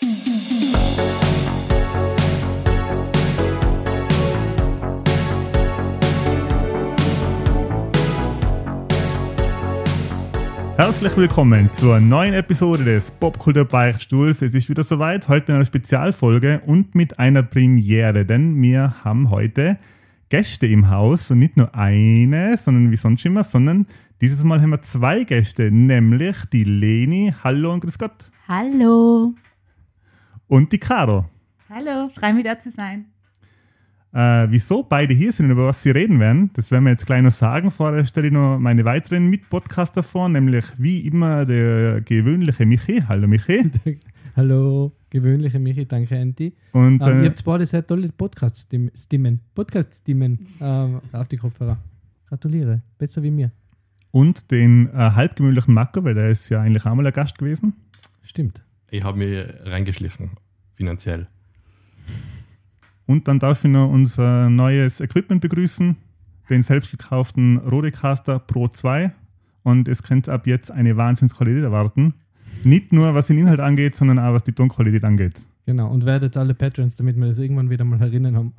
Herzlich willkommen zur neuen Episode des Popkultur-Beichtstuhls. Es ist wieder soweit, heute mit einer Spezialfolge und mit einer Premiere, denn wir haben heute Gäste im Haus und nicht nur eine, sondern wie sonst immer, sondern dieses Mal haben wir zwei Gäste, nämlich die Leni, hallo und grüß Gott. Hallo. Und die Caro. Hallo, frei mich da zu sein. Wieso beide hier sind und über was sie reden werden, das werden wir jetzt gleich noch sagen. Vorher stelle ich noch meine weiteren Mitpodcaster vor, nämlich wie immer der gewöhnliche Michi. Hallo Michi. Hallo, gewöhnliche Michi, danke Andy. Und, ihr habt beide sehr tolle Podcast-Stimmen auf die Kopfhörer. Gratuliere, besser wie mir. Und den halbgemütlichen Marco, weil der ist ja eigentlich auch mal ein Gast gewesen. Stimmt. Ich habe mich reingeschlichen, finanziell. Und dann darf ich noch unser neues Equipment begrüßen, den selbstgekauften Rodecaster Pro 2. Und es könnt ab jetzt eine Wahnsinnsqualität erwarten. Nicht nur was den Inhalt angeht, sondern auch was die Tonqualität angeht. Genau, und werdet alle Patrons, damit wir das irgendwann wieder mal erinnern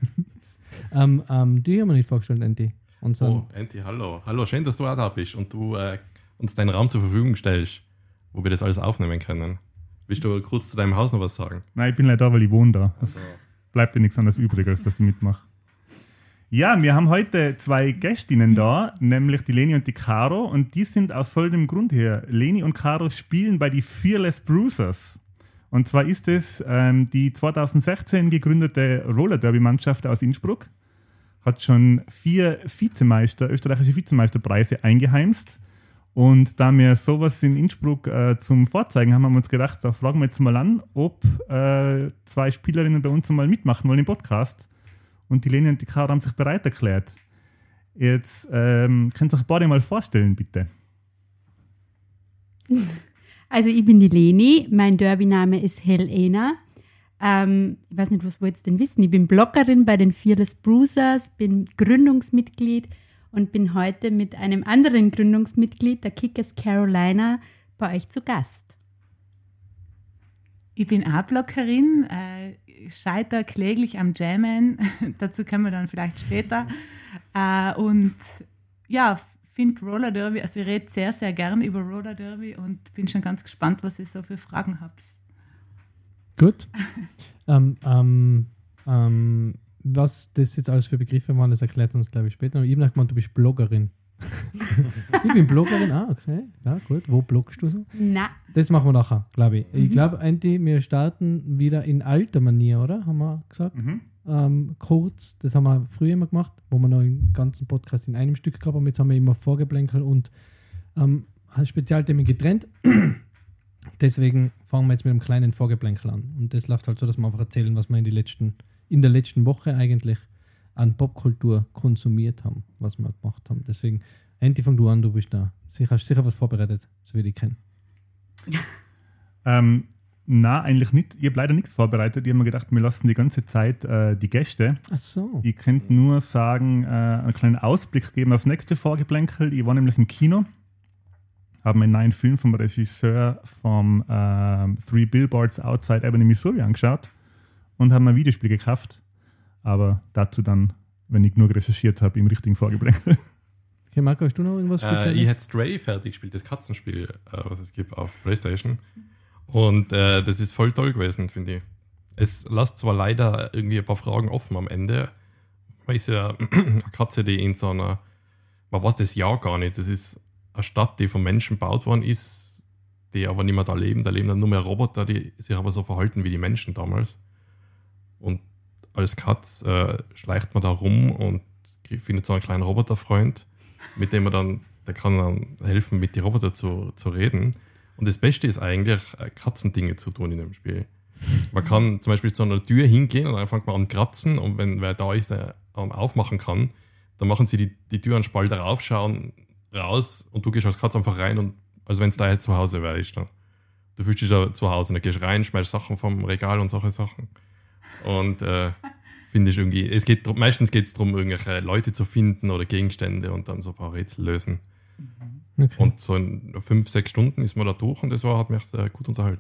haben. Die haben wir nicht vorgestellt, Andy. Andy, hallo. Hallo, schön, dass du auch da bist und du uns deinen Raum zur Verfügung stellst, wo wir das alles aufnehmen können. Willst du kurz zu deinem Haus noch was sagen? Nein, ich bin leider da, weil ich wohne da. Also. Bleibt ja nichts anderes übrig, als dass ich mitmache. Ja, wir haben heute zwei Gästinnen da, nämlich die Leni und die Caro. Und die sind aus folgendem Grund hier. Leni und Caro spielen bei die Fearless Bruisers. Und zwar ist es die 2016 gegründete Roller-Derby-Mannschaft aus Innsbruck. Hat schon 4 österreichische Vizemeisterpreise eingeheimst. Und da wir sowas in Innsbruck zum Vorzeigen haben, haben wir uns gedacht, da fragen wir jetzt mal an, ob 2 Spielerinnen bei uns mal mitmachen wollen im Podcast. Und die Leni und die Caro haben sich bereit erklärt. Jetzt könnt ihr euch beide mal vorstellen, bitte. Also ich bin die Leni, mein Derby-Name ist Helena. Ich weiß nicht, was wollt ihr denn wissen? Ich bin Bloggerin bei den Fearless Bruisers, bin Gründungsmitglied und bin heute mit einem anderen Gründungsmitglied, der Kickers Carolina, bei euch zu Gast. Ich bin auch Bloggerin, scheitere kläglich am Jammen, dazu kommen wir dann vielleicht später. Und ja, finde Roller Derby, also ich rede sehr, sehr gern über Roller Derby und bin schon ganz gespannt, was ihr so für Fragen habt. Gut. Was das jetzt alles für Begriffe waren, das erklärt uns, glaube ich, später. Ich habe noch gemeint, du bist Bloggerin. Ich bin Bloggerin, okay. Ja, gut. Wo bloggst du so? Na. Das machen wir nachher, glaube ich. Ich glaube, Andy, wir starten wieder in alter Manier, oder? Haben wir gesagt. Kurz, das haben wir früher immer gemacht, wo wir noch den ganzen Podcast in einem Stück gehabt haben. Jetzt haben wir immer Vorgeplänkel und Spezialthemen getrennt. Deswegen fangen wir jetzt mit einem kleinen Vorgeplänkel an. Und das läuft halt so, dass wir einfach erzählen, was wir in der letzten Woche eigentlich an Popkultur konsumiert haben, was wir gemacht haben. Deswegen, Andy, fang du an, du bist da. Hast sicher was vorbereitet, so wie ich kenne. Na, eigentlich nicht. Ich habe leider nichts vorbereitet. Ich habe mir gedacht, wir lassen die ganze Zeit die Gäste. Ach so. Ich könnte nur sagen, einen kleinen Ausblick geben auf nächste Vorgeplänkel. Ich war nämlich im Kino, habe mir einen neuen Film vom Regisseur vom 3 Billboards Outside Albany, Missouri angeschaut und habe mir ein Videospiel gekauft. Aber dazu dann, wenn ich genug recherchiert habe, im richtigen Vorgeplänkel. Okay, Marco, hast du noch irgendwas Spezielles? Ich hätte Stray fertig gespielt, das Katzenspiel, was es gibt auf PlayStation. Und das ist voll toll gewesen, finde ich. Es lässt zwar leider irgendwie ein paar Fragen offen am Ende. Man ist ja eine Katze, die in so einer, man weiß das ja gar nicht, das ist eine Stadt, die von Menschen gebaut worden ist, die aber nicht mehr da leben. Da leben dann nur mehr Roboter, die sich aber so verhalten wie die Menschen damals. Und als Katz schleicht man da rum und findet so einen kleinen Roboterfreund, mit dem der kann dann helfen, mit den Robotern zu reden. Und das Beste ist eigentlich, Katzendinge zu tun in dem Spiel. Man kann zum Beispiel zu einer Tür hingehen und dann fängt man an kratzen und wenn wer da ist, der aufmachen kann, dann machen sie die Tür einen Spalt darauf, schauen raus und du gehst als Katze einfach rein und also wenn es da zu Hause wäre, ist dann. Du fühlst dich da zu Hause und dann gehst rein, schmeißt Sachen vom Regal und solche Sachen. Und finde ich irgendwie, meistens geht es darum, irgendwelche Leute zu finden oder Gegenstände und dann so ein paar Rätsel lösen. Okay. Und so in 5-6 Stunden ist man da durch und das hat mich gut unterhalten.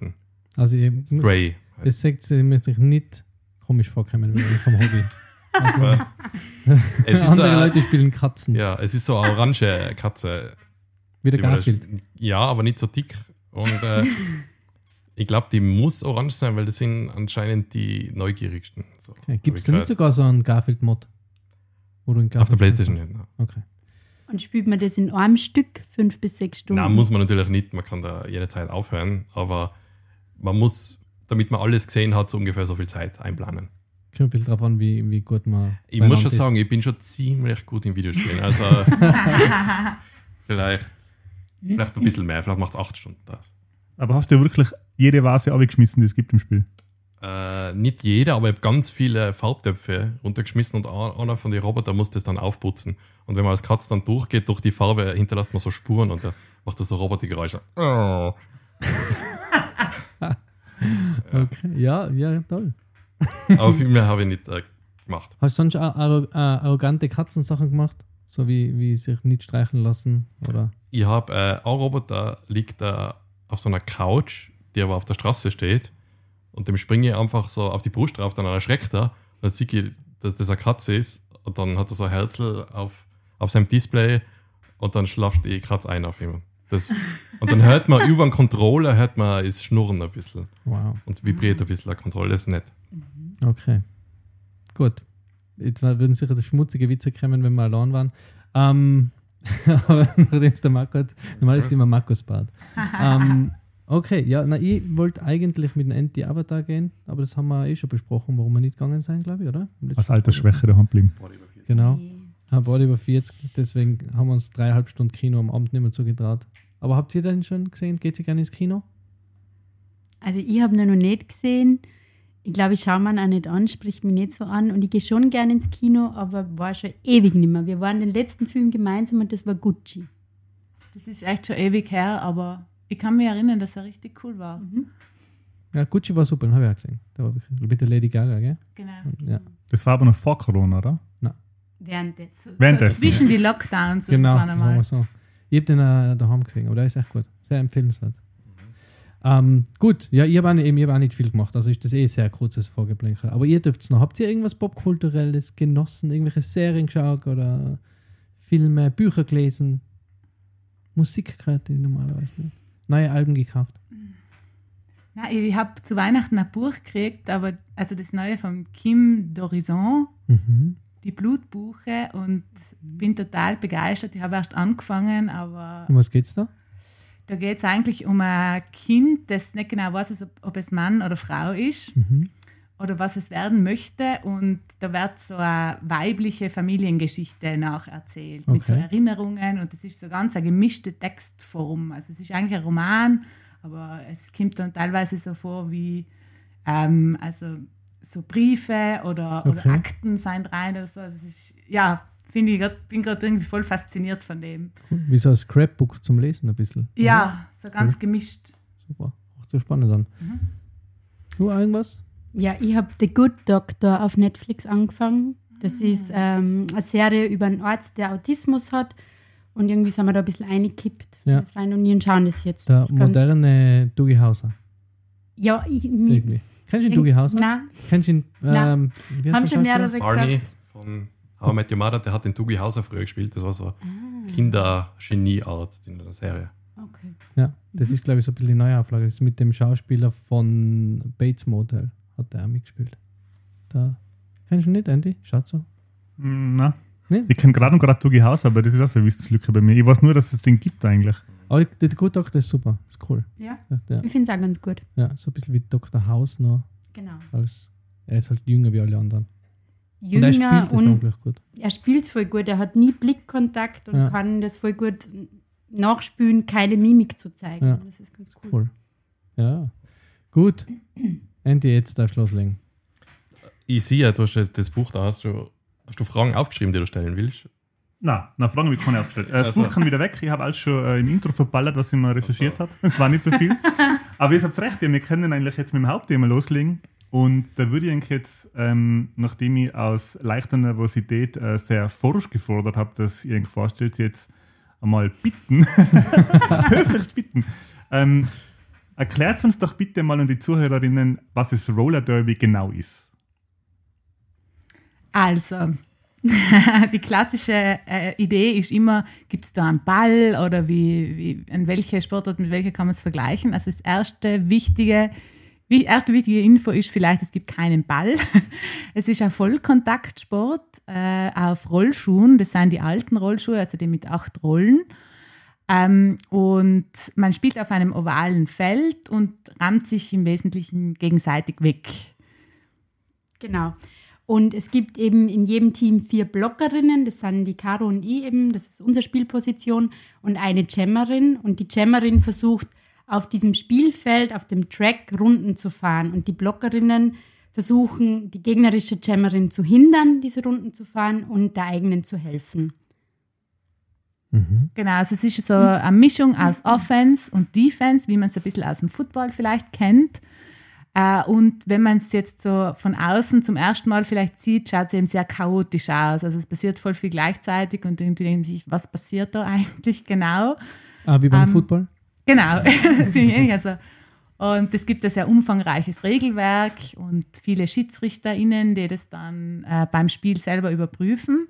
Also Stray. das sagt mir sich nicht komisch vorkommen, wenn ich vom Hobby. Also, Es ist, andere Leute spielen Katzen. ja, es ist so eine orange Katze. Wie der die man da Garfield. spielt. Ja, aber nicht so dick. Und ich glaube, die muss orange sein, weil das sind anscheinend die neugierigsten. So, Okay. Gibt es hab da ich nicht sogar so einen Garfield-Mod? Oder einen Auf der Garfield Playstation nicht. Nein. Okay. Und spielt man das in einem Stück 5 bis 6 Stunden? Nein, muss man natürlich nicht. Man kann da jederzeit aufhören. Aber man muss, damit man alles gesehen hat, so ungefähr so viel Zeit einplanen. Kommt ein bisschen drauf an, wie gut man. Ich muss schon beieinander sagen, ich bin schon ziemlich gut im Videospielen. Also vielleicht ein bisschen mehr. Vielleicht macht es 8 Stunden das. Aber hast du wirklich jede Vase abgeschmissen, die es gibt im Spiel? Nicht jeder, aber ich habe ganz viele Farbtöpfe runtergeschmissen und einer von den Robotern muss das dann aufputzen. Und wenn man als Katz dann durchgeht, durch die Farbe hinterlässt man so Spuren und da macht das so Robotergeräusche. Oh. Okay. Ja, toll. Aber viel mehr habe ich nicht gemacht. Hast du sonst auch arrogante Katzensachen gemacht? So wie sich nicht streicheln lassen? Oder? Ich habe ein Roboter, liegt auf so einer Couch, die aber auf der Straße steht. Und dem springe ich einfach so auf die Brust drauf, dann erschreckt er. Dann sehe ich, dass das eine Katze ist. Und dann hat er so ein Herzl auf seinem Display. Und dann schlaft die Katze ein auf ihm. Und dann hört man über den Controller, es schnurren ein bisschen. Wow. Und vibriert ein bisschen der Controller. Das ist nett. Okay. Gut. Jetzt würden sicher die schmutzige Witze kommen, wenn wir allein waren. Aber nachdem es der Marco hat, normal ist immer Marcos Part. Okay, ja, ich wollte eigentlich mit dem Anti-Avatar gehen, aber das haben wir schon besprochen, warum wir nicht gegangen sind, glaube ich, oder? Aus Altersschwäche daheim geblieben. Genau. Beide über 40, deswegen haben wir uns 3,5 Stunden Kino am Abend nicht mehr zugetraut. Aber habt ihr den schon gesehen? Geht ihr gerne ins Kino? Also ich habe ihn noch nicht gesehen. Ich glaube, ich schaue mir ihn auch nicht an, spricht mich nicht so an. Und ich gehe schon gerne ins Kino, aber war schon ewig nicht mehr. Wir waren den letzten Film gemeinsam und das war Gucci. Das ist echt schon ewig her, aber ich kann mich erinnern, dass er richtig cool war. Ja, Gucci war super, den habe ich auch gesehen. Der war wirklich, mit der Lady Gaga, gell? Genau. Ja. Das war aber noch vor Corona, oder? Währenddessen. Zwischen die Lockdowns. Genau, irgendwann sagen einmal. wir so. Ich habe den daheim gesehen, aber der ist echt gut. Sehr empfehlenswert. Gut, ja, ich habe auch nicht viel gemacht, also ist das sehr kurzes Vorgeplänkel. Aber ihr dürft es noch. Habt ihr irgendwas Popkulturelles genossen? Irgendwelche Serien geschaut oder Filme, Bücher gelesen? Musik gehört normalerweise nicht. Neue Alben gekauft? Nein, ich habe zu Weihnachten ein Buch gekriegt, aber also das neue von Kim Dorison, die Blutbuche, und bin total begeistert. Ich habe erst angefangen, aber Um was geht's da? da geht es eigentlich um ein Kind, das nicht genau weiß, ob es Mann oder Frau ist oder was es werden möchte. Und da wird so eine weibliche Familiengeschichte nacherzählt mit so Okay. Erinnerungen. Und das ist so ganz eine gemischte Textform. Also es ist eigentlich ein Roman, aber es kommt dann teilweise so vor wie also so Briefe oder Akten sind rein oder so. Also es ist, ja, finde ich, bin gerade irgendwie voll fasziniert von dem. Wie so ein Scrapbook zum Lesen ein bisschen. Ja, so ganz gemischt. Super, auch so spannend dann. Du irgendwas? Ja, ich habe The Good Doctor auf Netflix angefangen. Das ist eine Serie über einen Arzt, der Autismus hat. Und irgendwie sind wir da ein bisschen eingekippt. Ja. Meine Freunde und ich und schauen das jetzt. Der Das ist moderne Dougie Hauser. Ja, Irgendwie. Kennst du den Dougie Hauser? Nein, Kennst du ihn? Nein. Wie heißt haben der schon Schauspieler? mehrere Barney gesagt. von How I Met Your Mother, der hat den Dougie Hauser früher gespielt. Das war so Kinder-Genie-Art in der Serie. Okay. Ja, das ist, glaube ich, so ein bisschen die Neuauflage. Das ist mit dem Schauspieler von Bates Motel. Hat der auch mitgespielt. Da. Kennst du ihn nicht, Andy? Schaut so. Nein. Nee? Ich kenne gerade Dougie House, aber das ist auch so eine Wissenslücke bei mir. Ich weiß nur, dass es den gibt eigentlich. Aber der Good Doctor ist super. Ist cool. Ja, Ja, ich finde es auch ganz gut. ja, so ein bisschen wie Dr. House noch. Genau. Er ist halt jünger wie alle anderen. Und er Jünger spielt das und unglaublich gut. er spielt es voll gut. Er hat nie Blickkontakt und Ja. kann das voll gut nachspülen, keine Mimik zu zeigen. Ja. Das ist ganz cool. Cool. Ja. Gut. Andy, jetzt darfst du loslegen. Ich sehe ja, du hast ja das Buch da. Hast du Fragen aufgeschrieben, die du stellen willst? Nein, Fragen habe ich keine aufgestellt. Das Also. Buch kann wieder weg. Ich habe alles schon im Intro verballert, was ich mal recherchiert habe. Es war nicht so viel. Aber ihr habt recht, wir können eigentlich jetzt mit dem Hauptthema loslegen. Und da würde ich eigentlich jetzt, nachdem ich aus leichter Nervosität sehr forsch gefordert habe, dass ihr euch vorstellt, jetzt einmal bitten, höflichst bitten, Erklärt uns doch bitte mal an die Zuhörerinnen, was das Roller Derby genau ist. Also, die klassische Idee ist immer, gibt es da einen Ball oder an welche Sportart mit welcher kann man es vergleichen? Also das erste wichtige Info ist vielleicht, es gibt keinen Ball. Es ist ein Vollkontaktsport auf Rollschuhen. Das sind die alten Rollschuhe, also die mit 8 Rollen. Und man spielt auf einem ovalen Feld und rammt sich im Wesentlichen gegenseitig weg. Genau. Und es gibt eben in jedem Team 4 Blockerinnen, das sind die Caro und ich eben, das ist unsere Spielposition, und eine Jammerin. Und die Jammerin versucht, auf diesem Spielfeld, auf dem Track Runden zu fahren. Und die Blockerinnen versuchen, die gegnerische Jammerin zu hindern, diese Runden zu fahren und der eigenen zu helfen. Genau, also es ist so eine Mischung aus Offense und Defense, wie man es ein bisschen aus dem Football vielleicht kennt. Und wenn man es jetzt so von außen zum ersten Mal vielleicht sieht, schaut es eben sehr chaotisch aus. Also es passiert voll viel gleichzeitig und irgendwie denkt sich, was passiert da eigentlich genau? Wie beim Football? Genau, ziemlich ähnlich. Also. Und es gibt ein sehr umfangreiches Regelwerk und viele SchiedsrichterInnen, die das dann beim Spiel selber überprüfen.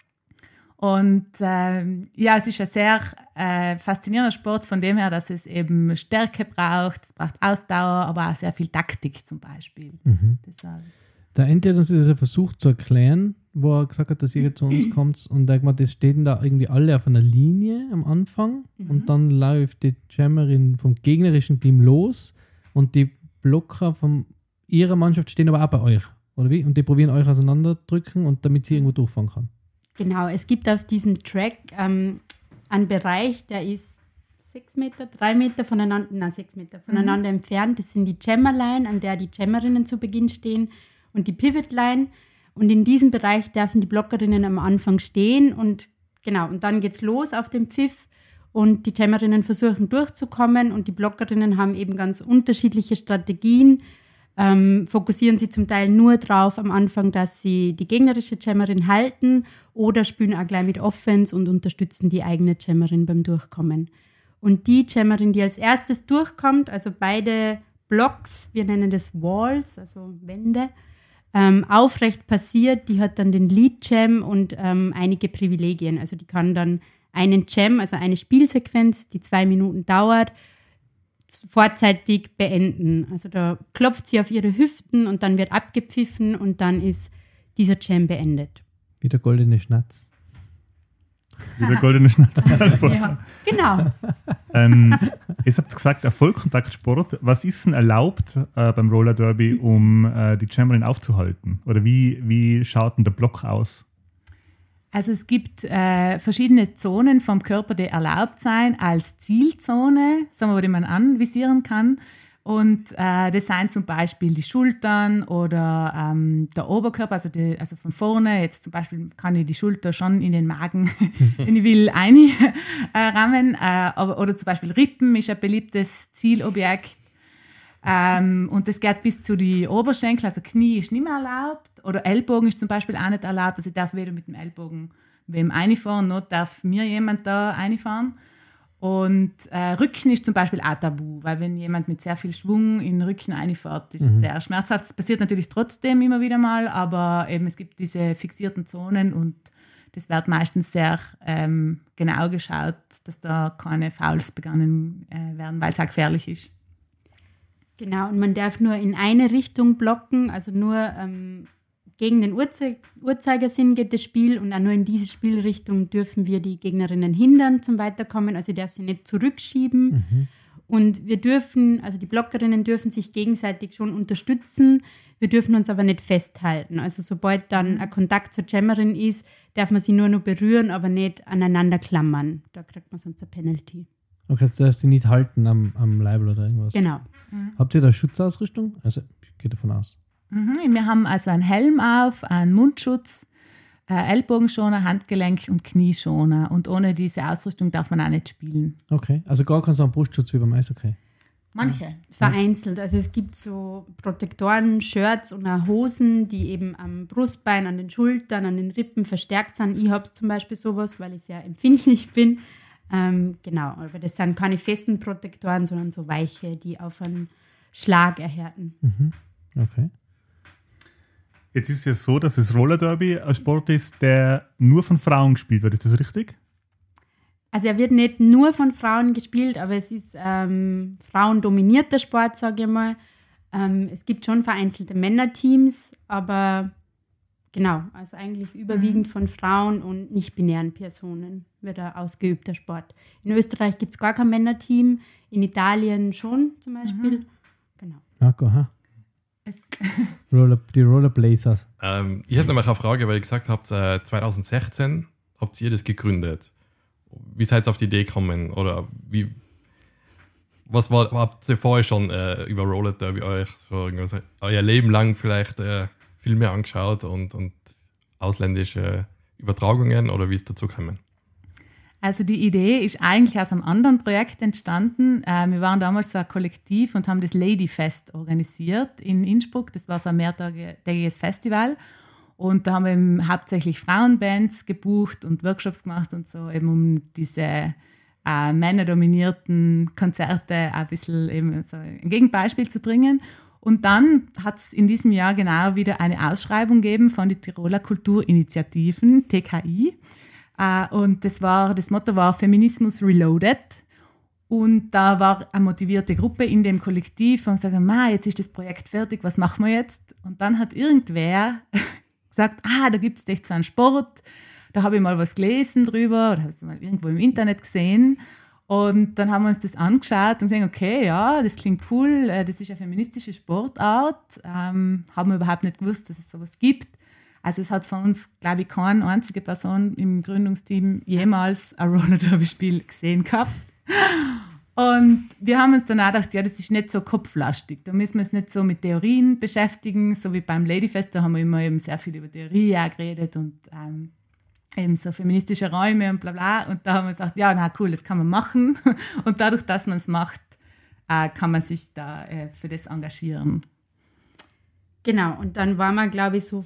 Und es ist ein sehr faszinierender Sport von dem her, dass es eben Stärke braucht, es braucht Ausdauer, aber auch sehr viel Taktik zum Beispiel. Der Ente hat uns das ja versucht zu erklären, wo er gesagt hat, dass ihr zu uns kommt und er hat gemeint, das stehen da irgendwie alle auf einer Linie am Anfang und dann läuft die Jammerin vom gegnerischen Team los und die Blocker von ihrer Mannschaft stehen aber auch bei euch, oder wie? Und die probieren euch auseinanderdrücken und damit sie irgendwo durchfahren kann. Genau, es gibt auf diesem Track einen Bereich, der ist 6 Meter, 3 Meter voneinander, 6 Meter voneinander entfernt. Das sind die Jammerline, an der die Jammerinnen zu Beginn stehen, und die Pivotline. Und in diesem Bereich dürfen die Blockerinnen am Anfang stehen und genau, und dann geht's los auf dem Pfiff und die Jammerinnen versuchen durchzukommen und die Blockerinnen haben eben ganz unterschiedliche Strategien, fokussieren sie zum Teil nur drauf am Anfang, dass sie die gegnerische Jammerin halten oder spielen auch gleich mit Offense und unterstützen die eigene Jammerin beim Durchkommen. Und die Jammerin, die als erstes durchkommt, also beide Blocks, wir nennen das Walls, also Wände, aufrecht passiert, die hat dann den Lead Jam und einige Privilegien. Also die kann dann einen Jam, also eine Spielsequenz, die 2 Minuten dauert, vorzeitig beenden. Also da klopft sie auf ihre Hüften und dann wird abgepfiffen und dann ist dieser Jam beendet. Wie der goldene Schnatz. Wie der goldene Schnatz. Ja, genau. Ihr habt gesagt, ein Vollkontaktsport. Was ist denn erlaubt beim Roller Derby, um die Jammerin aufzuhalten? Oder wie schaut denn der Block aus? Also es gibt verschiedene Zonen vom Körper, die erlaubt sein als Zielzone, sagen wir, die man anvisieren kann. Und das sind zum Beispiel die Schultern oder der Oberkörper, also von vorne. Jetzt zum Beispiel kann ich die Schulter schon in den Magen, wenn ich will, einrammen. Oder zum Beispiel Rippen ist ein beliebtes Zielobjekt. Und das geht bis zu die Oberschenkel, also Knie ist nicht mehr erlaubt. Oder Ellbogen ist zum Beispiel auch nicht erlaubt. Also ich darf weder mit dem Ellbogen wem reinfahren, noch darf mir jemand da reinfahren. Und Rücken ist zum Beispiel auch tabu, weil wenn jemand mit sehr viel Schwung in den Rücken reinfährt, ist es sehr schmerzhaft. Es passiert natürlich trotzdem immer wieder mal, aber eben es gibt diese fixierten Zonen und das wird meistens sehr genau geschaut, dass da keine Fouls begangen werden, weil es auch gefährlich ist. Genau, und man darf nur in eine Richtung blocken, also nur gegen den Uhrzeigersinn geht das Spiel und auch nur in diese Spielrichtung dürfen wir die Gegnerinnen hindern zum Weiterkommen, also ich darf sie nicht zurückschieben. Und wir dürfen, also die Blockerinnen dürfen sich gegenseitig schon unterstützen, wir dürfen uns aber nicht festhalten. Also sobald dann ein Kontakt zur Jammerin ist, darf man sie nur noch berühren, aber nicht aneinander klammern. Da kriegt man sonst eine Penalty. Okay, du darfst sie nicht halten am Leibel oder irgendwas. Genau. Habt ihr da Schutzausrüstung? Also ich gehe davon aus. Wir haben also einen Helm auf, einen Mundschutz, Ellbogenschoner, Handgelenk und Knieschoner. Und ohne diese Ausrüstung darf man auch nicht spielen. Okay, also gar keinen so einen Brustschutz wie beim Eishockey? Manche. Vereinzelt. Also es gibt so Protektoren, Shirts und auch Hosen, die eben am Brustbein, an den Schultern, an den Rippen verstärkt sind. Ich habe zum Beispiel sowas, weil ich sehr empfindlich bin. Genau, aber das sind keine festen Protektoren, sondern so weiche, die auf einen Schlag erhärten. Okay. Jetzt ist es ja so, dass das Roller Derby ein Sport ist, der nur von Frauen gespielt wird. Ist das richtig? Also er wird nicht nur von Frauen gespielt, aber es ist frauendominierter Sport, sage ich mal. Es gibt schon vereinzelte Männerteams, aber genau, also eigentlich überwiegend von Frauen und nicht-binären Personen wird ein ausgeübter Sport. In Österreich gibt es gar kein Männerteam, in Italien schon zum Beispiel. Genau. Marco, die Rollerblazers. Ich hätte noch mal eine Frage, weil ihr gesagt habt, 2016 habt ihr das gegründet. Wie seid ihr auf die Idee gekommen? Oder habt ihr vorher schon über Roller Derby euch so euer Leben lang vielleicht Filme angeschaut und ausländische Übertragungen oder wie ist dazu gekommen? Also die Idee ist eigentlich aus einem anderen Projekt entstanden. Wir waren damals so ein Kollektiv und haben das Ladyfest organisiert in Innsbruck. Das war so ein mehrtägiges Festival. Und da haben wir eben hauptsächlich Frauenbands gebucht und Workshops gemacht und so, eben um diese männerdominierten Konzerte ein bisschen eben so ein Gegenbeispiel zu bringen. Und dann hat es in diesem Jahr genau wieder eine Ausschreibung gegeben von den Tiroler Kulturinitiativen, TKI. Und das Motto war Feminismus Reloaded. Und da war eine motivierte Gruppe in dem Kollektiv und gesagt, jetzt ist das Projekt fertig, was machen wir jetzt? Und dann hat irgendwer gesagt, da gibt es echt so einen Sport, da habe ich mal was gelesen drüber oder habe es mal irgendwo im Internet gesehen. Und dann haben wir uns das angeschaut und gesagt, okay, ja, das klingt cool, das ist eine feministische Sportart, haben wir überhaupt nicht gewusst, dass es sowas gibt. Also es hat von uns, glaube ich, keine einzige Person im Gründungsteam jemals ein Roller-Derby-Spiel gesehen gehabt. Und wir haben uns dann auch gedacht, ja, das ist nicht so kopflastig. Da müssen wir uns nicht so mit Theorien beschäftigen, so wie beim Ladyfest, da haben wir immer eben sehr viel über Theorie auch geredet und eben so feministische Räume und bla bla. Und da haben wir gesagt, ja, na cool, das kann man machen. Und dadurch, dass man es macht, kann man sich da für das engagieren. Genau, und dann waren wir, glaube ich, so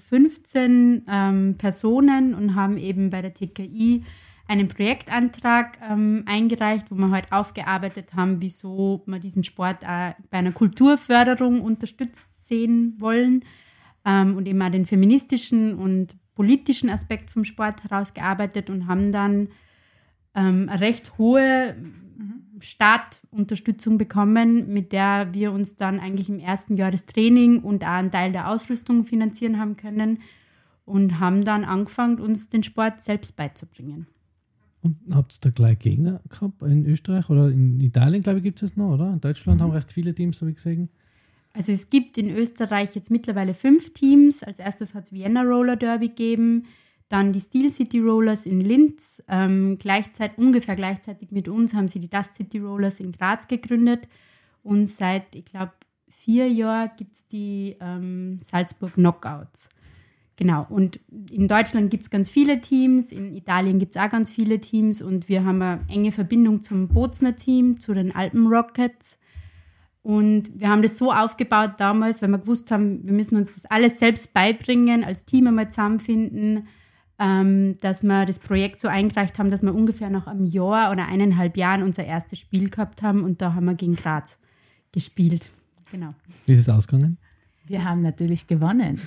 15 Personen und haben eben bei der TKI einen Projektantrag eingereicht, wo wir halt aufgearbeitet haben, wieso wir diesen Sport auch bei einer Kulturförderung unterstützt sehen wollen und eben auch den feministischen und politischen Aspekt vom Sport herausgearbeitet und haben dann eine recht hohe Startunterstützung bekommen, mit der wir uns dann eigentlich im ersten Jahr das Training und auch einen Teil der Ausrüstung finanzieren haben können und haben dann angefangen, uns den Sport selbst beizubringen. Und habt ihr da gleich Gegner gehabt in Österreich oder in Italien, glaube ich, gibt es noch, oder? In Deutschland haben recht viele Teams, habe ich gesehen. Also es gibt in Österreich jetzt mittlerweile 5 Teams. Als erstes hat es Vienna Roller Derby gegeben, dann die Steel City Rollers in Linz. Ungefähr gleichzeitig mit uns haben sie die Dust City Rollers in Graz gegründet. Und seit, ich glaube, 4 Jahren gibt es die Salzburg Knockouts. Genau, und in Deutschland gibt es ganz viele Teams, in Italien gibt es auch ganz viele Teams und wir haben eine enge Verbindung zum Bozner Team, zu den Alpen Rockets. Und wir haben das so aufgebaut damals, weil wir gewusst haben, wir müssen uns das alles selbst beibringen, als Team einmal zusammenfinden, dass wir das Projekt so eingereicht haben, dass wir ungefähr nach einem Jahr oder 1,5 Jahren unser erstes Spiel gehabt haben und da haben wir gegen Graz gespielt. Genau. Wie ist es ausgegangen? Wir haben natürlich gewonnen.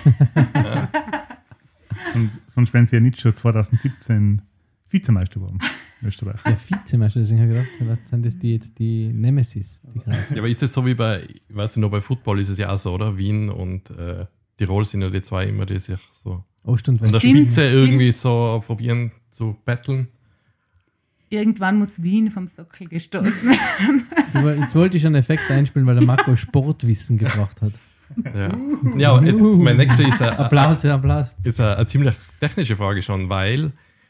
Sonst wären sie ja nicht schon 2017 Vizemeister geworden in Österreich. Ja, Vizemeister, deswegen habe ich gedacht, vielleicht sind das die Nemesis. Ja, aber ist das so wie bei, ich weiß nicht, bei Football ist es ja auch so, oder? Wien und Tirol sind ja die zwei immer, die sich so Ost und an der West. Spitze irgendwie so probieren zu battlen. Irgendwann muss Wien vom Sockel gestoßen werden. Jetzt wollte ich einen Effekt einspielen, weil der Marco Sportwissen gebracht hat. Ja, jetzt, mein nächster ist Applaus. ist eine ziemlich technische Frage schon, weil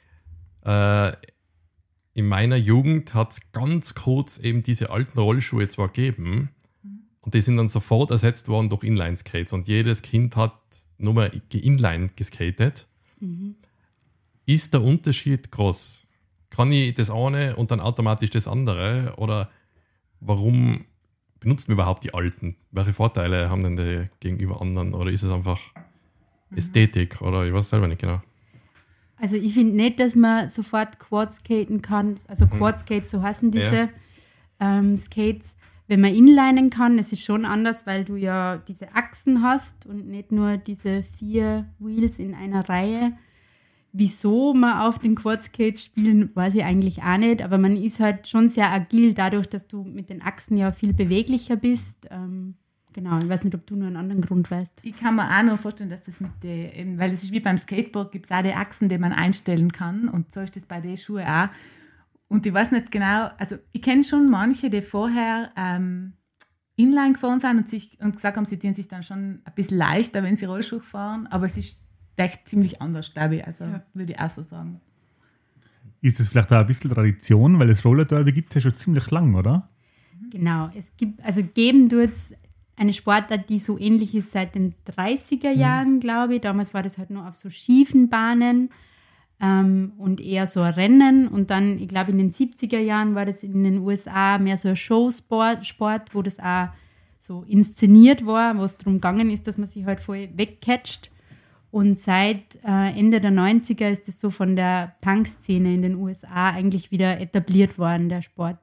in meiner Jugend hat es ganz kurz eben diese alten Rollschuhe zwar gegeben und die sind dann sofort ersetzt worden durch Inline-Skates und jedes Kind hat nur mal Inline geskatet. Ist der Unterschied groß? Kann ich das eine und dann automatisch das andere? Oder warum benutzen wir überhaupt die alten? Welche Vorteile haben denn die gegenüber anderen? Oder ist es einfach Ästhetik? Oder ich weiß selber nicht genau. Also ich finde nicht, dass man sofort Quadskaten kann. Also Quadskates, so heißen diese Skates. Wenn man inlinen kann, es ist schon anders, weil du ja diese Achsen hast und nicht nur diese 4 Wheels in einer Reihe. Wieso man auf den Quadskates spielen, weiß ich eigentlich auch nicht, aber man ist halt schon sehr agil, dadurch, dass du mit den Achsen ja viel beweglicher bist. Genau, ich weiß nicht, ob du nur einen anderen Grund weißt. Ich kann mir auch noch vorstellen, dass das weil es ist wie beim Skateboard, gibt es auch die Achsen, die man einstellen kann und so ist das bei den Schuhen auch. Und ich weiß nicht genau, also ich kenne schon manche, die vorher Inline gefahren sind und gesagt haben, sie tun sich dann schon ein bisschen leichter, wenn sie Rollschuh fahren, aber es ist echt ziemlich anders, glaube ich, also würde ich auch so sagen. Ist das vielleicht auch ein bisschen Tradition, weil das Roller Derby gibt es ja schon ziemlich lang, oder? Genau, geben tut es eine Sportart, die so ähnlich ist seit den 30er Jahren, glaube ich. Damals war das halt nur auf so schiefen Bahnen und eher so ein Rennen. Und dann, ich glaube, in den 70er Jahren war das in den USA mehr so ein Showsport, wo das auch so inszeniert war, wo es darum gegangen ist, dass man sich halt voll wegcatcht. Und seit Ende der 90er ist es so von der Punk-Szene in den USA eigentlich wieder etabliert worden, der Sport.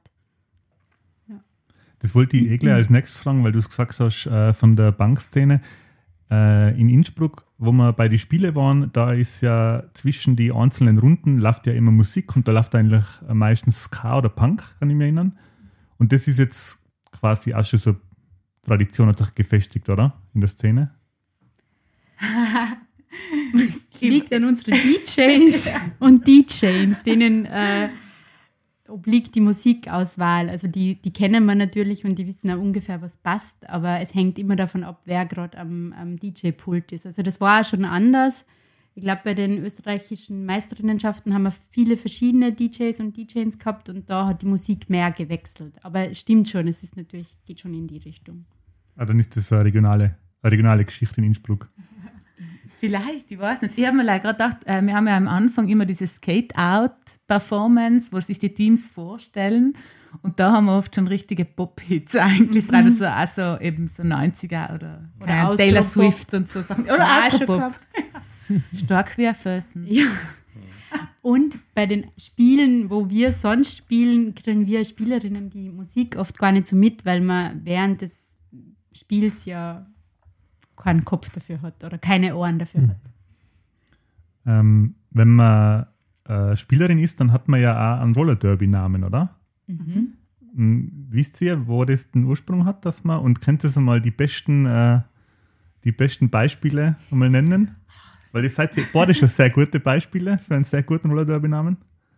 Das wollte ich gleich als nächstes fragen, weil du es gesagt hast, von der Punk-Szene. In Innsbruck, wo wir bei den Spielen waren, da ist ja zwischen die einzelnen Runden läuft ja immer Musik und da läuft eigentlich meistens Ska oder Punk, kann ich mich erinnern. Und das ist jetzt quasi auch schon so Tradition, hat sich gefestigt, oder? In der Szene. Es liegt an unseren DJs und DJs, denen obliegt die Musikauswahl. Also die kennen wir natürlich und die wissen auch ungefähr, was passt, aber es hängt immer davon ab, wer gerade am DJ-Pult ist. Also das war auch schon anders. Ich glaube, bei den österreichischen Meisterinnenschaften haben wir viele verschiedene DJs und DJs gehabt und da hat die Musik mehr gewechselt. Aber es stimmt schon, es ist natürlich, geht schon in die Richtung. Ah, dann ist das eine regionale Geschichte in Innsbruck. Vielleicht, ich weiß nicht. Ich habe mir gerade gedacht, wir haben ja am Anfang immer diese Skate-Out-Performance, wo sich die Teams vorstellen. Und da haben wir oft schon richtige Pop-Hits eigentlich dran. Also eben so 90er oder Taylor Swift und so Sachen. Oder Austropop. Stark wie ein Füssen. Ja. Und bei den Spielen, wo wir sonst spielen, kriegen wir Spielerinnen die Musik oft gar nicht so mit, weil man während des Spiels ja keinen Kopf dafür hat oder keine Ohren dafür hat. Wenn man Spielerin ist, dann hat man ja auch einen Roller-Derby-Namen, oder? Mhm. Wisst ihr, wo das den Ursprung hat, dass man, und könnt ihr so mal die besten Beispiele einmal nennen? Weil ihr seid beide schon sehr gute Beispiele für einen sehr guten Roller-Derby-Namen.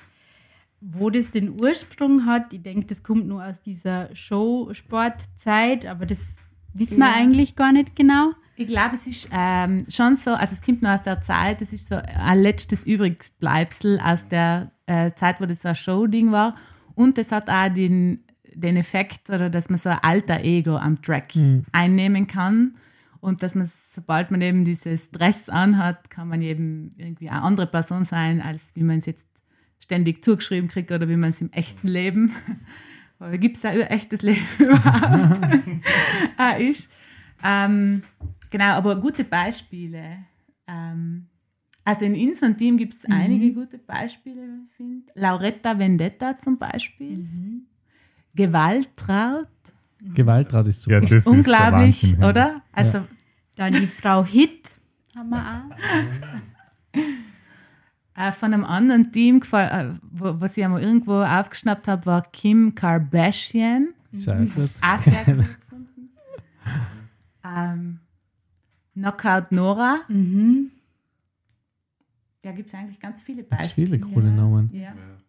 Wo das den Ursprung hat, ich denke, das kommt nur aus dieser Showsportzeit, aber das wissen wir eigentlich gar nicht genau. Ich glaube, es ist schon so, also es kommt nur aus der Zeit, es ist so ein letztes Übrigbleibsel aus der Zeit, wo das so ein Show-Ding war. Und es hat auch den Effekt, oder dass man so ein alter Ego am Track einnehmen kann. Und dass man, sobald man eben dieses Dress anhat, kann man eben irgendwie eine andere Person sein, als wie man es jetzt ständig zugeschrieben kriegt oder wie man es im echten Leben, gibt es ja ein echtes Leben überhaupt, ist. Genau, aber gute Beispiele. Also in unserem Team gibt es einige gute Beispiele, ich finde. Lauretta Vendetta zum Beispiel. Gewaltraut. Gewaltraut ist super. Ja, das Ist unglaublich, Wahnsinn, ja. oder? Also, Dann die Frau Hit haben wir auch. von einem anderen Team, was ich einmal irgendwo aufgeschnappt habe, war Kim Kardashian. Sehr gut. Auch sehr gut gefunden. Knockout Nora. Da gibt es eigentlich ganz viele Beispiele. Viele coole Namen. Ja.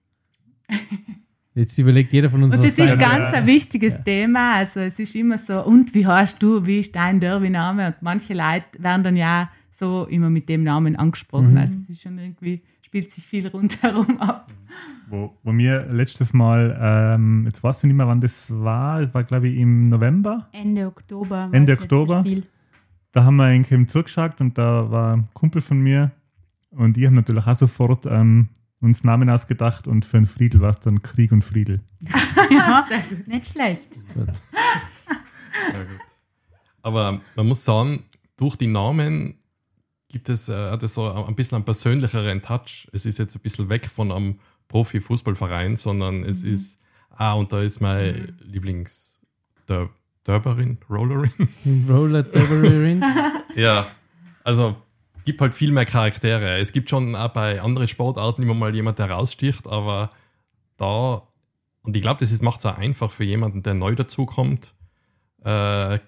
Jetzt überlegt jeder von uns, Und das was ist sein- ganz ein wichtiges Thema. Also es ist immer so, und wie heißt du, wie ist dein Derby-Name? Und manche Leute werden dann ja so immer mit dem Namen angesprochen. Also es ist schon irgendwie, spielt sich viel rundherum ab. Wo wir letztes Mal, jetzt weiß ich nicht mehr, wann das war glaube ich im November. Ende Oktober. war Ende das letzte Oktober. Spiel. Da haben wir eigentlich eben zugeschaut und da war ein Kumpel von mir und ich habe natürlich auch sofort uns Namen ausgedacht und für einen Friedel war es dann Krieg und Friedel. Ja, nicht schlecht. Gut. Aber man muss sagen, durch die Namen gibt es hat es so ein bisschen einen persönlicheren Touch. Es ist jetzt ein bisschen weg von einem Profi-Fußballverein, sondern es ist, und da ist mein Rollerin. Roller-Derberin. Ja, also gibt halt viel mehr Charaktere. Es gibt schon auch bei anderen Sportarten immer mal jemand, der raussticht, aber da, und ich glaube, das macht es auch einfach für jemanden, der neu dazukommt, weil,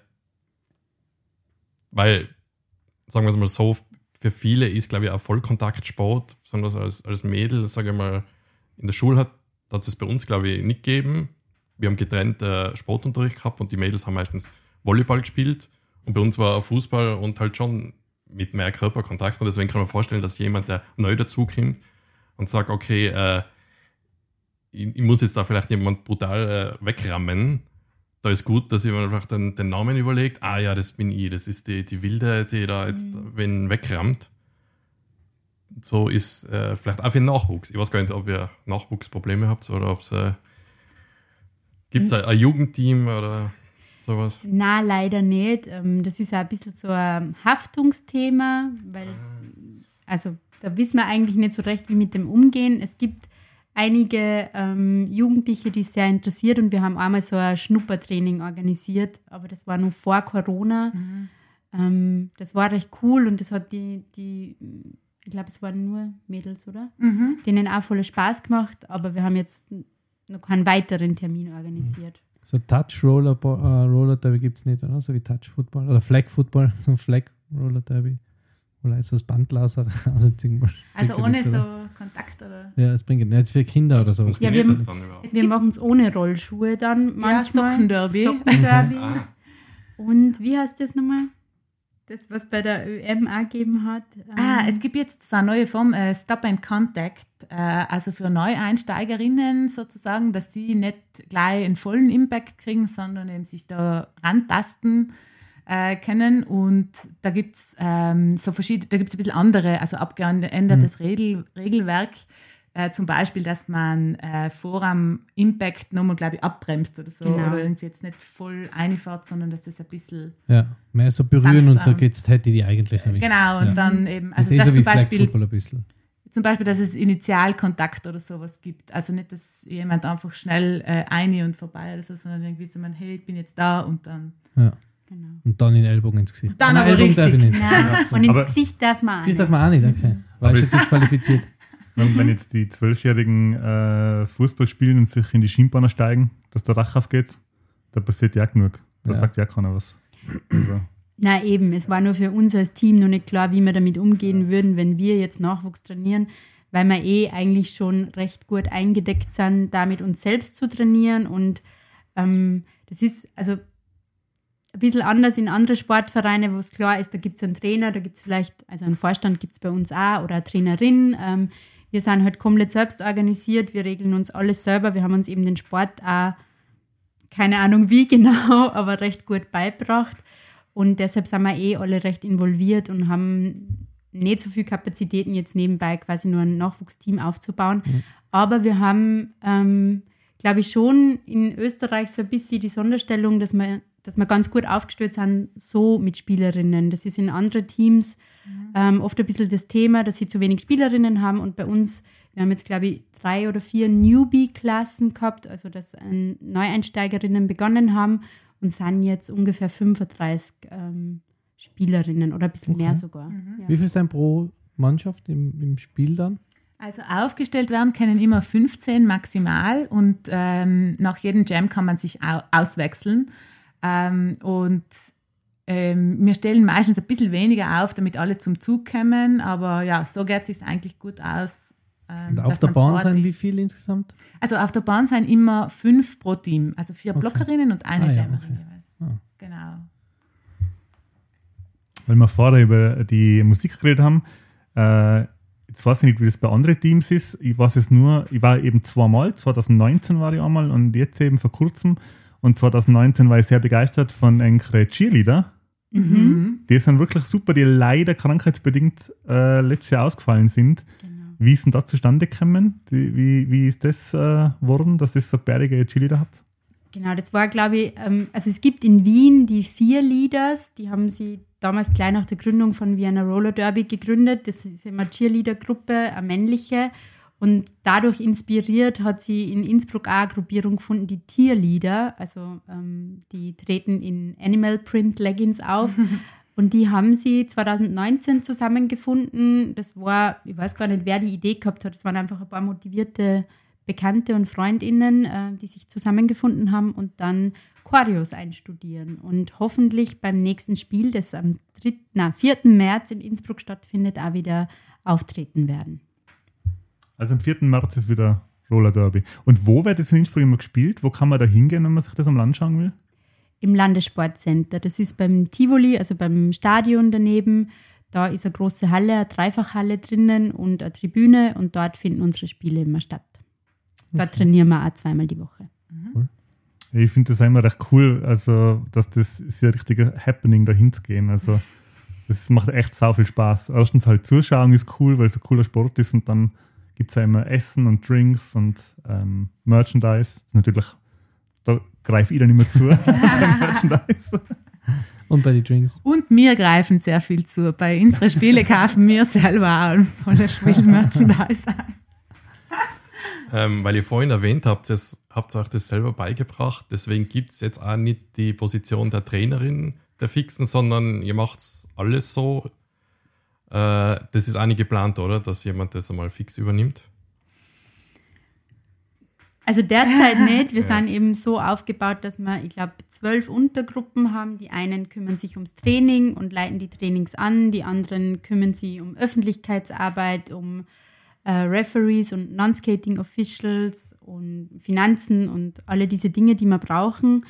sagen wir es mal so, für viele ist, glaube ich, auch Vollkontaktsport, besonders als Mädel, sage ich mal, in der Schule hat es bei uns, glaube ich, nicht gegeben. Wir haben getrennt Sportunterricht gehabt und die Mädels haben meistens Volleyball gespielt und bei uns war Fußball und halt schon mit mehr Körperkontakt und deswegen kann man vorstellen, dass jemand, der neu dazukommt und sagt, okay, ich muss jetzt da vielleicht jemand brutal wegrammen, da ist gut, dass ich mir einfach den Namen überlegt, ja, das bin ich, das ist die Wilde, die da jetzt wen wegrammt. So ist vielleicht auch für den Nachwuchs. Ich weiß gar nicht, ob ihr Nachwuchsprobleme habt oder ob es gibt es ein Jugendteam oder sowas? Na, leider nicht. Das ist auch ein bisschen so ein Haftungsthema, weil also da wissen wir eigentlich nicht so recht, wie mit dem umgehen. Es gibt einige Jugendliche, die es sehr interessiert und wir haben einmal so ein Schnuppertraining organisiert, aber das war nur vor Corona. Das war recht cool und das hat die ich glaube, es waren nur Mädels, oder? Denen auch voll Spaß gemacht, aber wir haben jetzt noch keinen weiteren Termin organisiert. So Touch-Roller Derby gibt es nicht, oder? So wie Touch-Football oder Flag-Football, so ein Flag-Roller Derby. Oder so das Bandlaser. Also ohne so Kontakt, oder? Ja, das bringt nicht. Jetzt für Kinder oder so. Ja, wir machen es ohne Rollschuhe dann manchmal. Sockenderby. Und wie heißt das nochmal? Das, was bei der ÖM auch gegeben hat. Es gibt jetzt so eine neue Form, Stop and Contact, also für Neueinsteigerinnen sozusagen, dass sie nicht gleich einen vollen Impact kriegen, sondern eben sich da rantasten können. Und da gibt es so verschiedene, da gibt es ein bisschen andere, also abgeändertes Regelwerk. Zum Beispiel, dass man vor am Impact nochmal, glaube ich, abbremst oder so. Genau. Oder irgendwie jetzt nicht voll reinfährt, sondern dass das ein bisschen mehr so berühren und so hätte ich die eigentlich erwischt. Genau, und dann eben, also das dass so zum Beispiel, ein bisschen. Dass es Initialkontakt oder sowas gibt. Also nicht, dass jemand einfach schnell eine und vorbei oder so, sondern irgendwie so, hey, ich bin jetzt da und dann. Ja. Genau. Und dann in den Ellbogen ins Gesicht. Dann aber richtig. Darf ich nicht. Und ins Gesicht darf man auch nicht. Darf man auch nicht, okay. Weil ich jetzt disqualifiziert. Wenn jetzt die 12-Jährigen Fußball spielen und sich in die Schienbeine steigen, dass der Dach aufgeht, da passiert ja genug. Da sagt ja keiner was. Also. Na eben, es war nur für uns als Team noch nicht klar, wie wir damit umgehen würden, wenn wir jetzt Nachwuchs trainieren, weil wir eigentlich schon recht gut eingedeckt sind, damit uns selbst zu trainieren. Und das ist also ein bisschen anders in andere Sportvereine, wo es klar ist, da gibt es einen Trainer, da gibt es vielleicht, also einen Vorstand gibt es bei uns auch oder eine Trainerin. Wir sind halt komplett selbst organisiert, wir regeln uns alles selber. Wir haben uns eben den Sport auch, keine Ahnung wie genau, aber recht gut beigebracht. Und deshalb sind wir alle recht involviert und haben nicht so viel Kapazitäten, jetzt nebenbei quasi nur ein Nachwuchsteam aufzubauen. Aber wir haben, glaube ich, schon in Österreich so ein bisschen die Sonderstellung, dass wir ganz gut aufgestellt sind, so mit Spielerinnen. Das ist in anderen Teams oft ein bisschen das Thema, dass sie zu wenig Spielerinnen haben. Und bei uns, wir haben jetzt, glaube ich, 3 oder 4 Newbie-Klassen gehabt, also dass Neueinsteigerinnen begonnen haben und sind jetzt ungefähr 35 Spielerinnen oder ein bisschen mehr sogar. Ja. Wie viel sind pro Mannschaft im Spiel dann? Also aufgestellt werden können immer 15 maximal und nach jedem Jam kann man sich auswechseln. Wir stellen meistens ein bisschen weniger auf, damit alle zum Zug kommen, aber ja, so geht es sich eigentlich gut aus. Und auf der Bahn sind wie viele insgesamt? Also auf der Bahn sind immer 5 pro Team, also 4 Blockerinnen und eine Jammerin jeweils. Genau. Weil wir vorher über die Musik geredet haben, jetzt weiß ich nicht, wie das bei anderen Teams ist. Ich weiß es nur, ich war eben 2-mal, 2019 war ich einmal und jetzt eben vor kurzem. Und 2019 war ich sehr begeistert von einem Cheerleader. Die sind wirklich super, die leider krankheitsbedingt letztes Jahr ausgefallen sind. Genau. Wie ist denn da zustande gekommen? Wie ist das geworden, dass ihr so bärtige Cheerleader habt? Genau, das war, glaube ich, also es gibt in Wien die 4 Leaders, die haben sie damals gleich nach der Gründung von Vienna Roller Derby gegründet. Das ist immer eine Cheerleader-Gruppe, eine männliche. Und dadurch inspiriert hat sie in Innsbruck auch eine Gruppierung gefunden, die Tierleader. Also die treten in Animal Print Leggings auf. Und die haben sie 2019 zusammengefunden. Das war, ich weiß gar nicht, wer die Idee gehabt hat. Es waren einfach ein paar motivierte Bekannte und FreundInnen, die sich zusammengefunden haben und dann Choreos einstudieren. Und hoffentlich beim nächsten Spiel, das am 4. März in Innsbruck stattfindet, auch wieder auftreten werden. Also am 4. März ist wieder Roller Derby. Und wo wird das in Innsbruck immer gespielt? Wo kann man da hingehen, wenn man sich das am Land schauen will? Im Landessportcenter. Das ist beim Tivoli, also beim Stadion daneben. Da ist eine große Halle, eine Dreifachhalle drinnen und eine Tribüne und dort finden unsere Spiele immer statt. Dort trainieren wir auch 2-mal die Woche. Ich finde das immer recht cool, also dass das ist ja ein richtiger Happening, da hinzugehen. Also das macht echt sau viel Spaß. Erstens halt zuschauen ist cool, weil es ein cooler Sport ist und dann gibt es ja immer Essen und Drinks und Merchandise. Das ist natürlich, da greife ich dann immer zu beim Merchandise. Und bei den Drinks. Und wir greifen sehr viel zu. Bei unseren Spielen kaufen wir selber auch voller Spiel-Merchandise ein. Weil ihr vorhin erwähnt habt, habt ihr euch das selber beigebracht. Deswegen gibt es jetzt auch nicht die Position der Trainerin der Fixen, sondern ihr macht alles so. Das ist auch nicht geplant, oder? Dass jemand das einmal fix übernimmt? Also derzeit nicht. Wir sind eben so aufgebaut, dass wir, ich glaube, 12 Untergruppen haben. Die einen kümmern sich ums Training und leiten die Trainings an. Die anderen kümmern sich um Öffentlichkeitsarbeit, um Referees und Non-Skating Officials und Finanzen und alle diese Dinge, die wir brauchen.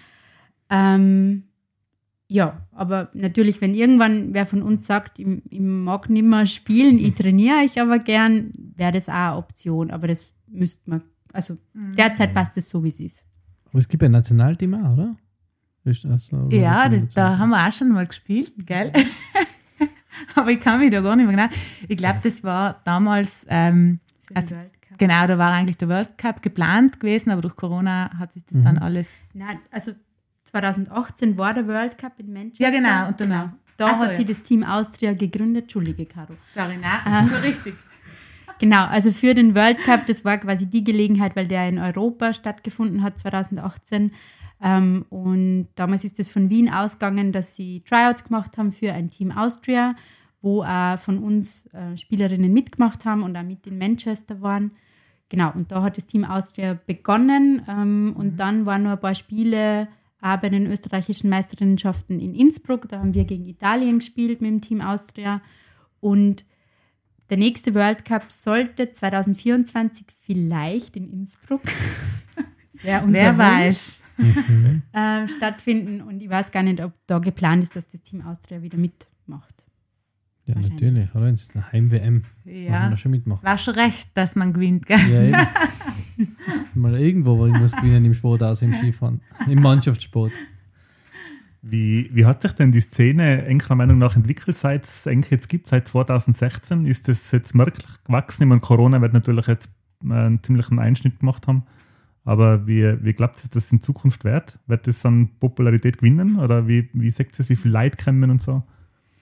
Ja, aber natürlich, wenn irgendwann wer von uns sagt, ich mag nicht mehr spielen, ich trainiere euch aber gern, wäre das auch eine Option. Aber das müsste man, also derzeit passt es so, wie es ist. Aber es gibt ein Nationalteam auch, oder? Ja, da haben wir auch schon mal gespielt, gell? Aber ich kann mich da gar nicht mehr genau. Ich glaube, das war damals, also, genau, da war eigentlich der World Cup geplant gewesen, aber durch Corona hat sich das dann alles. Nein, also 2018 war der World Cup in Manchester. Ja, genau. Und genau. Da hat sie das Team Austria gegründet. Entschuldige, Caro. Sorry, nein, richtig. Genau, also für den World Cup, das war quasi die Gelegenheit, weil der in Europa stattgefunden hat 2018. Und damals ist es von Wien ausgegangen, dass sie Tryouts gemacht haben für ein Team Austria, wo auch von uns Spielerinnen mitgemacht haben und auch mit in Manchester waren. Genau, und da hat das Team Austria begonnen. Und dann waren noch ein paar Spiele auch bei den österreichischen Meisterinnenschaften in Innsbruck. Da haben wir gegen Italien gespielt mit dem Team Austria. Und der nächste World Cup sollte 2024 vielleicht in Innsbruck, wer weiß, stattfinden. Und ich weiß gar nicht, ob da geplant ist, dass das Team Austria wieder mitmacht. Ja, natürlich. Oder? Das ist eine Heim-WM. Ja, da schon mitmachen. war schon recht, dass man gewinnt, gell? Ja, mal irgendwo war irgendwas gewinnen im Sport, also im Skifahren, im Mannschaftssport. Wie hat sich denn die Szene Enkerer Meinung nach entwickelt, seit es Enke jetzt gibt, seit 2016? Ist das jetzt merklich gewachsen? Ich meine, Corona wird natürlich jetzt einen ziemlichen Einschnitt gemacht haben. Aber wie glaubt ihr, dass das in Zukunft wird? Wird das an Popularität gewinnen? Oder wie sagt ihr es, wie viele Leute kommen und so?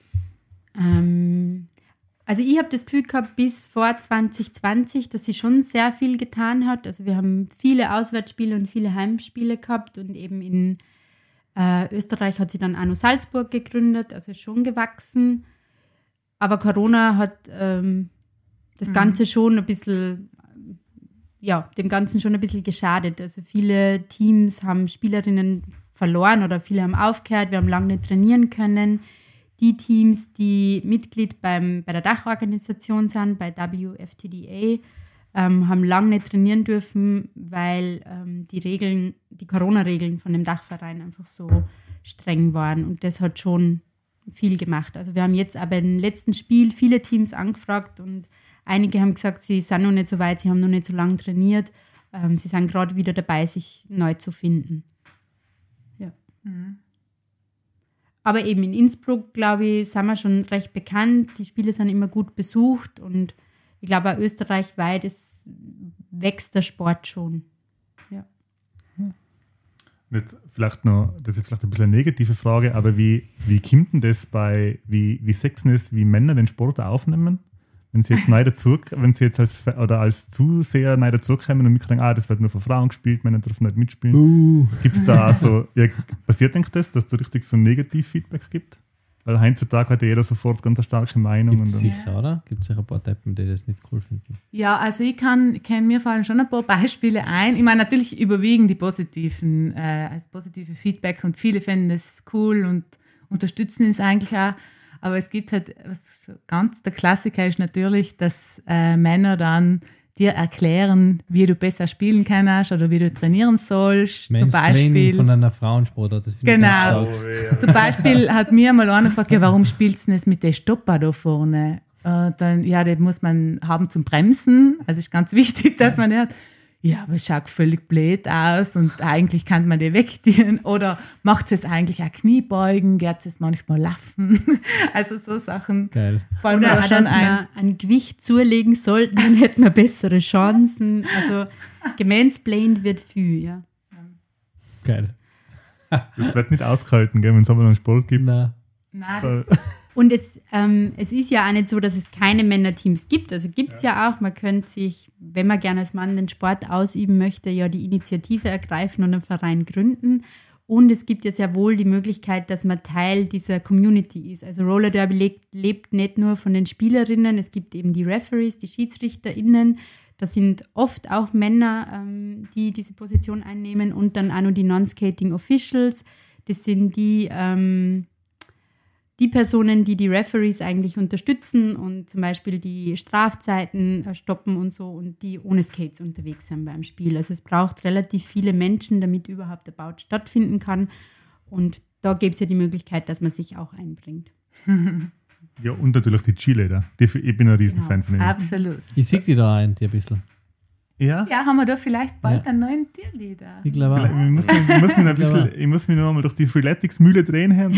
Also ich habe das Gefühl gehabt, bis vor 2020, dass sie schon sehr viel getan hat. Also wir haben viele Auswärtsspiele und viele Heimspiele gehabt und eben in Österreich hat sie dann Anno Salzburg gegründet, also schon gewachsen. Aber Corona hat das Ganze schon ein bisschen, dem Ganzen schon ein bisschen geschadet. Also viele Teams haben Spielerinnen verloren oder viele haben aufgehört, wir haben lange nicht trainieren können. Die Teams, die Mitglied bei der Dachorganisation sind, bei WFTDA, haben lange nicht trainieren dürfen, weil die Corona-Regeln von dem Dachverein einfach so streng waren. Und das hat schon viel gemacht. Also wir haben jetzt aber im letzten Spiel viele Teams angefragt und einige haben gesagt, sie sind noch nicht so weit, sie haben noch nicht so lange trainiert. Sie sind gerade wieder dabei, sich neu zu finden. Ja. Aber eben in Innsbruck, glaube ich, sind wir schon recht bekannt. Die Spiele sind immer gut besucht und ich glaube, auch österreichweit wächst der Sport schon. Ja. Vielleicht noch, das ist jetzt vielleicht ein bisschen eine negative Frage, aber wie kommt denn das wie sexen es, wie Männer den Sport aufnehmen? Wenn sie jetzt als Zuseher neu dazukommen und mitkriegen, das wird nur von Frauen gespielt, Männer dürfen nicht mitspielen. Gibt es da auch so, passiert eigentlich das, dass es da richtig so ein Negativ-Feedback gibt? Weil heutzutage hat ja jeder sofort ganz eine starke Meinung. Gibt es sicher, oder? Gibt es sicher ein paar Deppen, die das nicht cool finden? Ja, also mir fallen schon ein paar Beispiele ein. Ich meine, natürlich überwiegen die positiven, als positive Feedback und viele finden es cool und unterstützen es eigentlich auch. Aber es gibt halt, der Klassiker ist natürlich, dass Männer dann dir erklären, wie du besser spielen kannst oder wie du trainieren sollst. Zum Beispiel von einer Frauensportart. Das genau. Zum Beispiel hat mir mal einer gefragt, warum spielst du das mit den Stopper da vorne? Dann, den muss man haben zum Bremsen. Also ist ganz wichtig, dass man den hat. Ja, aber es schaut völlig blöd aus und eigentlich kann man die wegdienen. Oder macht es eigentlich auch Kniebeugen, geht es manchmal laufen. Also so Sachen Geil. fallen mir Oder schon dass ein. wir ein Gewicht zulegen sollten, dann hätten wir bessere Chancen. Also gemansplained wird viel, ja. Geil. Das wird nicht ausgehalten, wenn es aber noch einen Sport gibt. Nein, Und es ist ja auch nicht so, dass es keine Männerteams gibt. Also gibt es ja auch. Man könnte sich, wenn man gerne als Mann den Sport ausüben möchte, ja die Initiative ergreifen und einen Verein gründen. Und es gibt ja sehr wohl die Möglichkeit, dass man Teil dieser Community ist. Also Roller Derby lebt nicht nur von den Spielerinnen, es gibt eben die Referees, die SchiedsrichterInnen. Das sind oft auch Männer, die diese Position einnehmen und dann auch noch die Non-Skating Officials. Das sind die Personen, die Referees eigentlich unterstützen und zum Beispiel die Strafzeiten stoppen und so und die ohne Skates unterwegs sind beim Spiel. Also es braucht relativ viele Menschen, damit überhaupt der Bout stattfinden kann. Und da gäbe es ja die Möglichkeit, dass man sich auch einbringt. Ja, und natürlich die Cheerleader. Ich bin ein Riesenfan von ihnen. absolut. Ich sehe die da ein bisschen. Ja? Ja, haben wir da vielleicht bald einen neuen Tierleader? Ich glaube Ich auch. muss mich noch mal durch die Freeletics-Mühle drehen. Und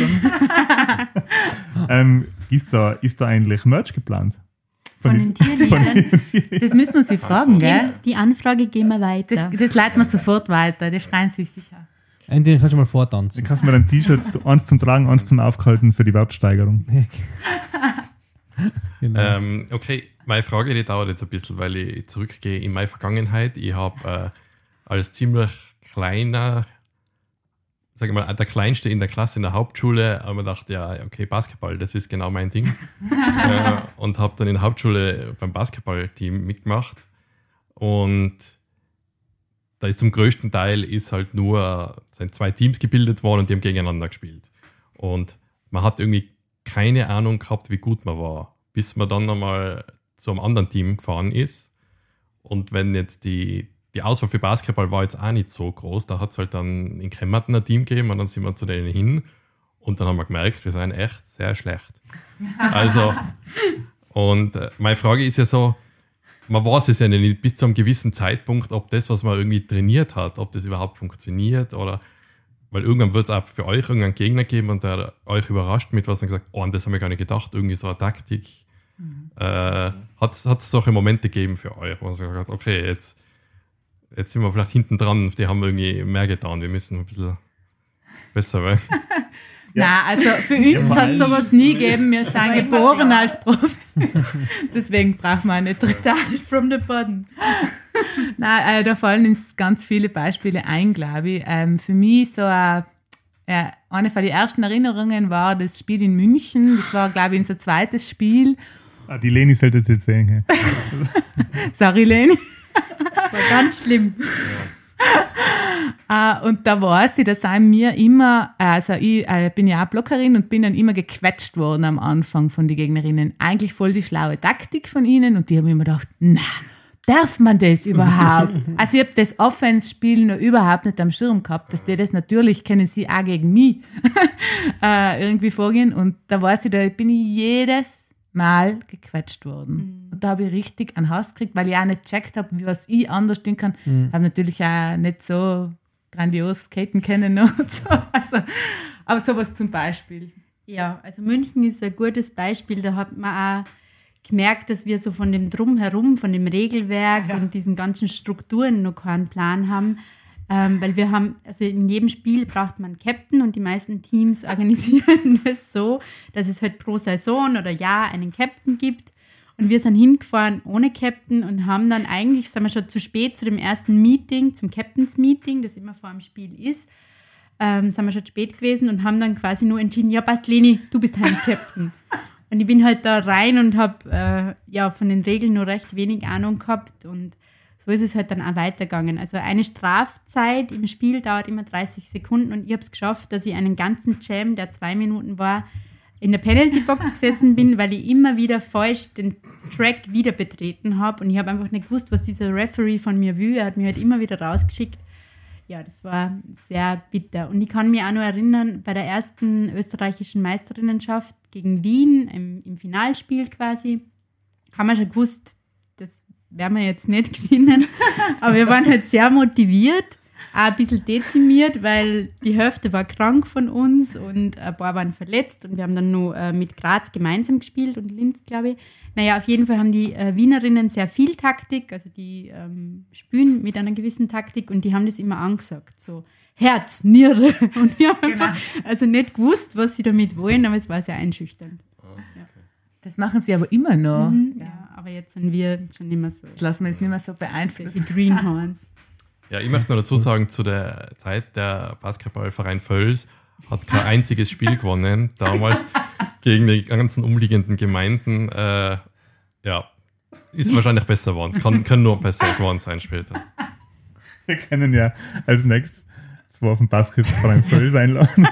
dann, ist da eigentlich Merch geplant? Von den Tierliedern. Das müssen wir sie fragen, gell? Die Anfrage gehen wir weiter. Das leiten wir sofort weiter, das schreien sie sicher. Den kannst du mal Ich vortanzen. kaufe mir dann T-Shirts, eins zum Tragen, eins zum Aufhalten für die Wertsteigerung. Genau. Okay, meine Frage, die dauert jetzt ein bisschen, weil ich zurückgehe in meine Vergangenheit. Ich habe als ziemlich kleiner, sage mal, der Kleinste in der Klasse in der Hauptschule, aber dachte, ja, okay, Basketball, das ist genau mein Ding. Und habe dann in der Hauptschule beim Basketballteam mitgemacht. Und da ist zum größten Teil sind 2 Teams gebildet worden und die haben gegeneinander gespielt. Und man hat irgendwie keine Ahnung gehabt, wie gut man war, bis man dann nochmal zu einem anderen Team gefahren ist. Und wenn jetzt die Auswahl für Basketball war jetzt auch nicht so groß, da hat es halt dann in Kremmerten ein Team gegeben und dann sind wir zu denen hin und dann haben wir gemerkt, wir sind echt sehr schlecht. Also, und meine Frage ist ja so, man weiß es ja nicht bis zu einem gewissen Zeitpunkt, ob das, was man irgendwie trainiert hat, ob das überhaupt funktioniert oder, weil irgendwann wird es auch für euch irgendeinen Gegner geben und der euch überrascht mit was und gesagt, an das haben wir gar nicht gedacht, irgendwie so eine Taktik. Hat es solche Momente gegeben für euch, wo man sagt, okay, jetzt sind wir vielleicht hinten dran, die haben irgendwie mehr getan, wir müssen ein bisschen besser werden. Ja. Nein, also für uns hat es sowas nie gegeben, wir sind geboren als Profi. Deswegen brauchen wir nicht Started from the bottom. Nein, da fallen uns ganz viele Beispiele ein, glaube ich. Für mich so eine von den ersten Erinnerungen war das Spiel in München. Das war, glaube ich, unser zweites Spiel. Die Leni sollte es jetzt sehen. Sorry, Leni. War ganz schlimm. Und da weiß ich, da sind wir immer, also ich bin ja auch Blockerin und bin dann immer gequetscht worden am Anfang von den Gegnerinnen. Eigentlich voll die schlaue Taktik von ihnen und die haben immer gedacht, na, darf man das überhaupt? Also ich habe das Offense-Spiel noch überhaupt nicht am Schirm gehabt, dass die das natürlich, können sie auch gegen mich irgendwie vorgehen und da weiß ich, da bin ich jedes Mal gequetscht worden. Und da habe ich richtig einen Hass gekriegt, weil ich auch nicht gecheckt habe, was ich anders tun kann. Habe natürlich auch nicht so grandios skaten können und so. Also, aber sowas zum Beispiel. Ja, also München ist ein gutes Beispiel. Da hat man auch gemerkt, dass wir so von dem Drumherum, von dem Regelwerk und diesen ganzen Strukturen noch keinen Plan haben. weil wir haben, also in jedem Spiel braucht man einen Captain und die meisten Teams organisieren das so, dass es halt pro Saison oder Jahr einen Captain gibt. Und wir sind hingefahren ohne Captain und haben dann eigentlich, sind wir schon zu spät zu dem ersten Meeting, zum Captains Meeting, das immer vor dem Spiel ist, sind wir schon zu spät gewesen und haben dann quasi nur entschieden, ja passt Leni, du bist halt Captain. Und ich bin halt da rein und habe von den Regeln nur recht wenig Ahnung gehabt und so ist es halt dann auch weitergegangen. Also eine Strafzeit im Spiel dauert immer 30 Sekunden und ich habe es geschafft, dass ich einen ganzen Jam, der 2 Minuten war, in der Penalty-Box gesessen bin, weil ich immer wieder falsch den Track wieder betreten habe und ich habe einfach nicht gewusst, was dieser Referee von mir will. Er hat mich halt immer wieder rausgeschickt. Ja, das war sehr bitter. Und ich kann mich auch noch erinnern, bei der ersten österreichischen Meisterinnenschaft gegen Wien, im Finalspiel quasi, haben wir schon gewusst, das werden wir jetzt nicht gewinnen. Aber wir waren halt sehr motiviert, auch ein bisschen dezimiert, weil die Hälfte war krank von uns und ein paar waren verletzt und wir haben dann nur mit Graz gemeinsam gespielt und Linz, glaube ich. Naja, auf jeden Fall haben die Wienerinnen sehr viel Taktik, also die spielen mit einer gewissen Taktik und die haben das immer angesagt, so Herz, Niere. Und wir haben einfach also nicht gewusst, was sie damit wollen, aber es war sehr einschüchternd. Ja. Das machen sie aber immer noch. Ja, aber jetzt sind wir schon nicht mehr so. Das lassen wir uns nicht mehr so beeinflussen. Die Greenhorns. Ja, ich möchte noch dazu sagen, zu der Zeit, der Basketballverein Völs hat kein einziges Spiel gewonnen, damals gegen die ganzen umliegenden Gemeinden. Ist wahrscheinlich besser geworden. Kann nur besser geworden sein später. Wir können ja als nächstes auf den Basketballverein Völs einladen.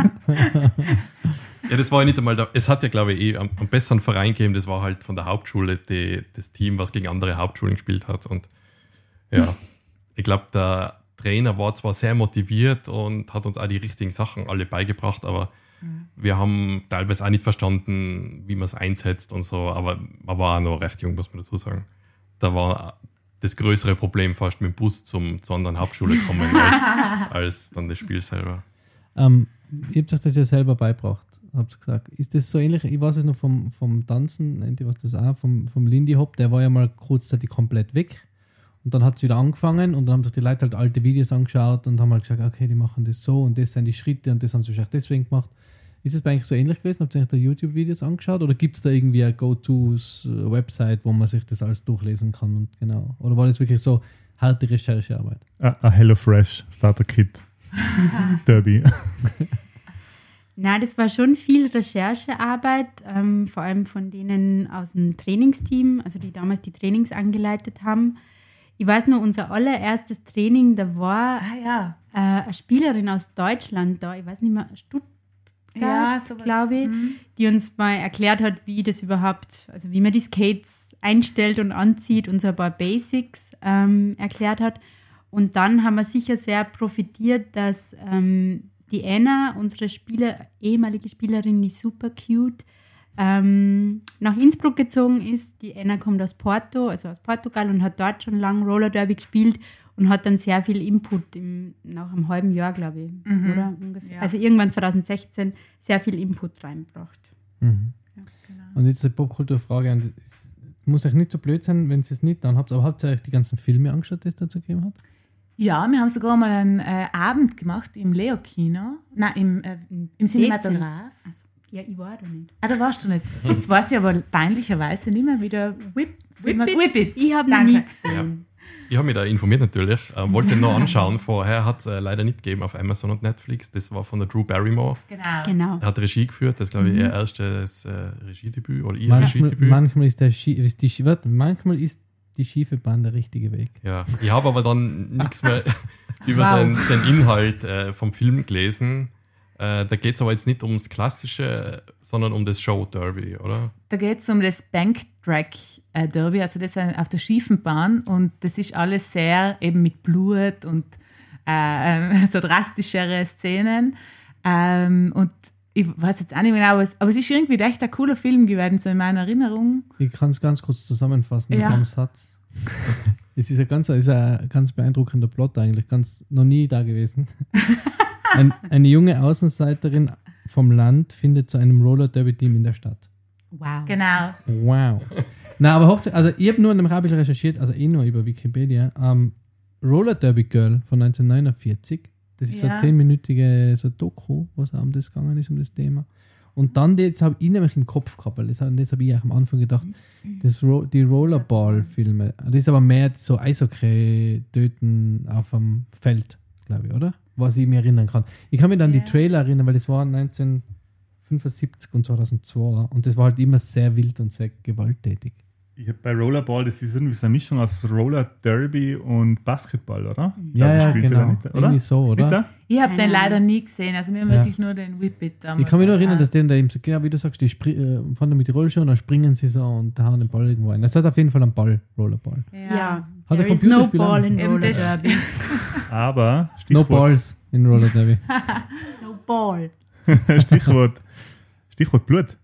Ja, das war ja nicht einmal, es hat ja, glaube ich, einen besseren Verein gegeben, das war halt von der Hauptschule das Team, was gegen andere Hauptschulen gespielt hat. Und ja, ich glaube, der Trainer war zwar sehr motiviert und hat uns auch die richtigen Sachen alle beigebracht, aber wir haben teilweise auch nicht verstanden, wie man es einsetzt und so, aber man war auch noch recht jung, muss man dazu sagen. Da war das größere Problem fast mit dem Bus zur anderen Hauptschule kommen, als dann das Spiel selber. Ihr habt euch das ja selber beigebracht, habt ihr gesagt. Ist das so ähnlich? Ich weiß es noch vom Tanzen, was das auch, vom Lindy Hop, der war ja mal kurzzeitig komplett weg. Und dann hat es wieder angefangen und dann haben sich die Leute halt alte Videos angeschaut und haben halt gesagt, okay, die machen das so und das sind die Schritte und das haben sie wahrscheinlich deswegen gemacht. Ist es bei euch so ähnlich gewesen? Habt ihr euch da YouTube-Videos angeschaut oder gibt es da irgendwie eine Go-To-Website, wo man sich das alles durchlesen kann? Und genau. Oder war das wirklich so harte Recherchearbeit? A HelloFresh Starter Kit Derby. Na, das war schon viel Recherchearbeit, vor allem von denen aus dem Trainingsteam, also die damals die Trainings angeleitet haben. Ich weiß noch, unser allererstes Training, da war eine Spielerin aus Deutschland da, ich weiß nicht mehr, Stuttgart, glaube ich, die uns mal erklärt hat, wie das überhaupt, also wie man die Skates einstellt und anzieht und so ein paar Basics erklärt hat. Und dann haben wir sicher sehr profitiert, dass die Anna, unsere ehemalige Spielerin, die super cute, nach Innsbruck gezogen ist. Die Anna kommt aus Porto, also aus Portugal und hat dort schon lange Roller Derby gespielt und hat dann sehr viel Input nach einem halben Jahr, glaube ich, oder ungefähr. Ja. Also irgendwann 2016 sehr viel Input reingebracht. Mhm. Ja, genau. Und jetzt eine Popkulturfrage, muss euch nicht so blöd sein, wenn Sie es nicht dann habt, aber habt ihr euch die ganzen Filme angeschaut, die es dazu gegeben hat? Ja, wir haben sogar mal einen Abend gemacht im Leo-Kino, nein, im Cinematograph. Also, ja, ich war da nicht. Ah, da warst du nicht. Jetzt weiß ich aber peinlicherweise nicht mehr, wie der Whip It. Ich habe noch nie gesehen. Ja. Ich habe mich da informiert natürlich, wollte noch anschauen vorher, hat es leider nicht gegeben auf Amazon und Netflix. Das war von der Drew Barrymore. Genau. Er hat Regie geführt, das ist glaube ich ihr erstes Regiedebüt oder ihr Regiedebüt. Manchmal ist die schiefe Bahn der richtige Weg. Ja, ich habe aber dann nichts mehr über den Inhalt vom Film gelesen. Da geht es aber jetzt nicht ums Klassische, sondern um das Show-Derby, oder? Da geht es um das Banktrack-Derby, also das auf der schiefen Bahn und das ist alles sehr eben mit Blut und so drastischere Szenen. Und ich weiß jetzt auch nicht mehr genau, aber es ist irgendwie echt ein cooler Film geworden, so in meiner Erinnerung. Ich kann es ganz kurz zusammenfassen mit einem Satz. Es ist ein ganz beeindruckender Plot eigentlich, noch nie da gewesen. Eine junge Außenseiterin vom Land findet zu einem Roller-Derby-Team in der Stadt. Wow. Genau. Wow. Na, aber also ich habe nur in dem Rabbel recherchiert, also nur über Wikipedia. Roller Derby Girl von 1949. Das ist so eine 10-minütige so Doku, was um das gegangen ist, um das Thema. Und dann, jetzt habe ich nämlich im Kopf gehabt, weil das habe ich auch am Anfang gedacht, die Rollerball-Filme. Das ist aber mehr so Eishockey-Töten auf dem Feld, glaube ich, oder? Was ich mir erinnern kann. Ich kann mich an die Trailer erinnern, weil das war 1975 und 2002 und das war halt immer sehr wild und sehr gewalttätig. Ich habe bei Rollerball, das ist irgendwie so eine Mischung aus Roller Derby und Basketball, oder? Ja, genau. Nicht, oder? Irgendwie so, oder? Bitte? Ich habe den leider nie gesehen, also wir haben wirklich nur den Whippet damals. Ich kann mich nur erinnern, dass der eben so, genau wie du sagst, die fahren mit die Rollschuhe und dann springen sie so und hauen den Ball irgendwo ein. Das hat auf jeden Fall einen Ball, Rollerball. Ja. Hat There ein is no Computerspiel ball an? in Roller Derby. Aber, No Stichwort, balls in Roller Derby. No ball. Stichwort Blut.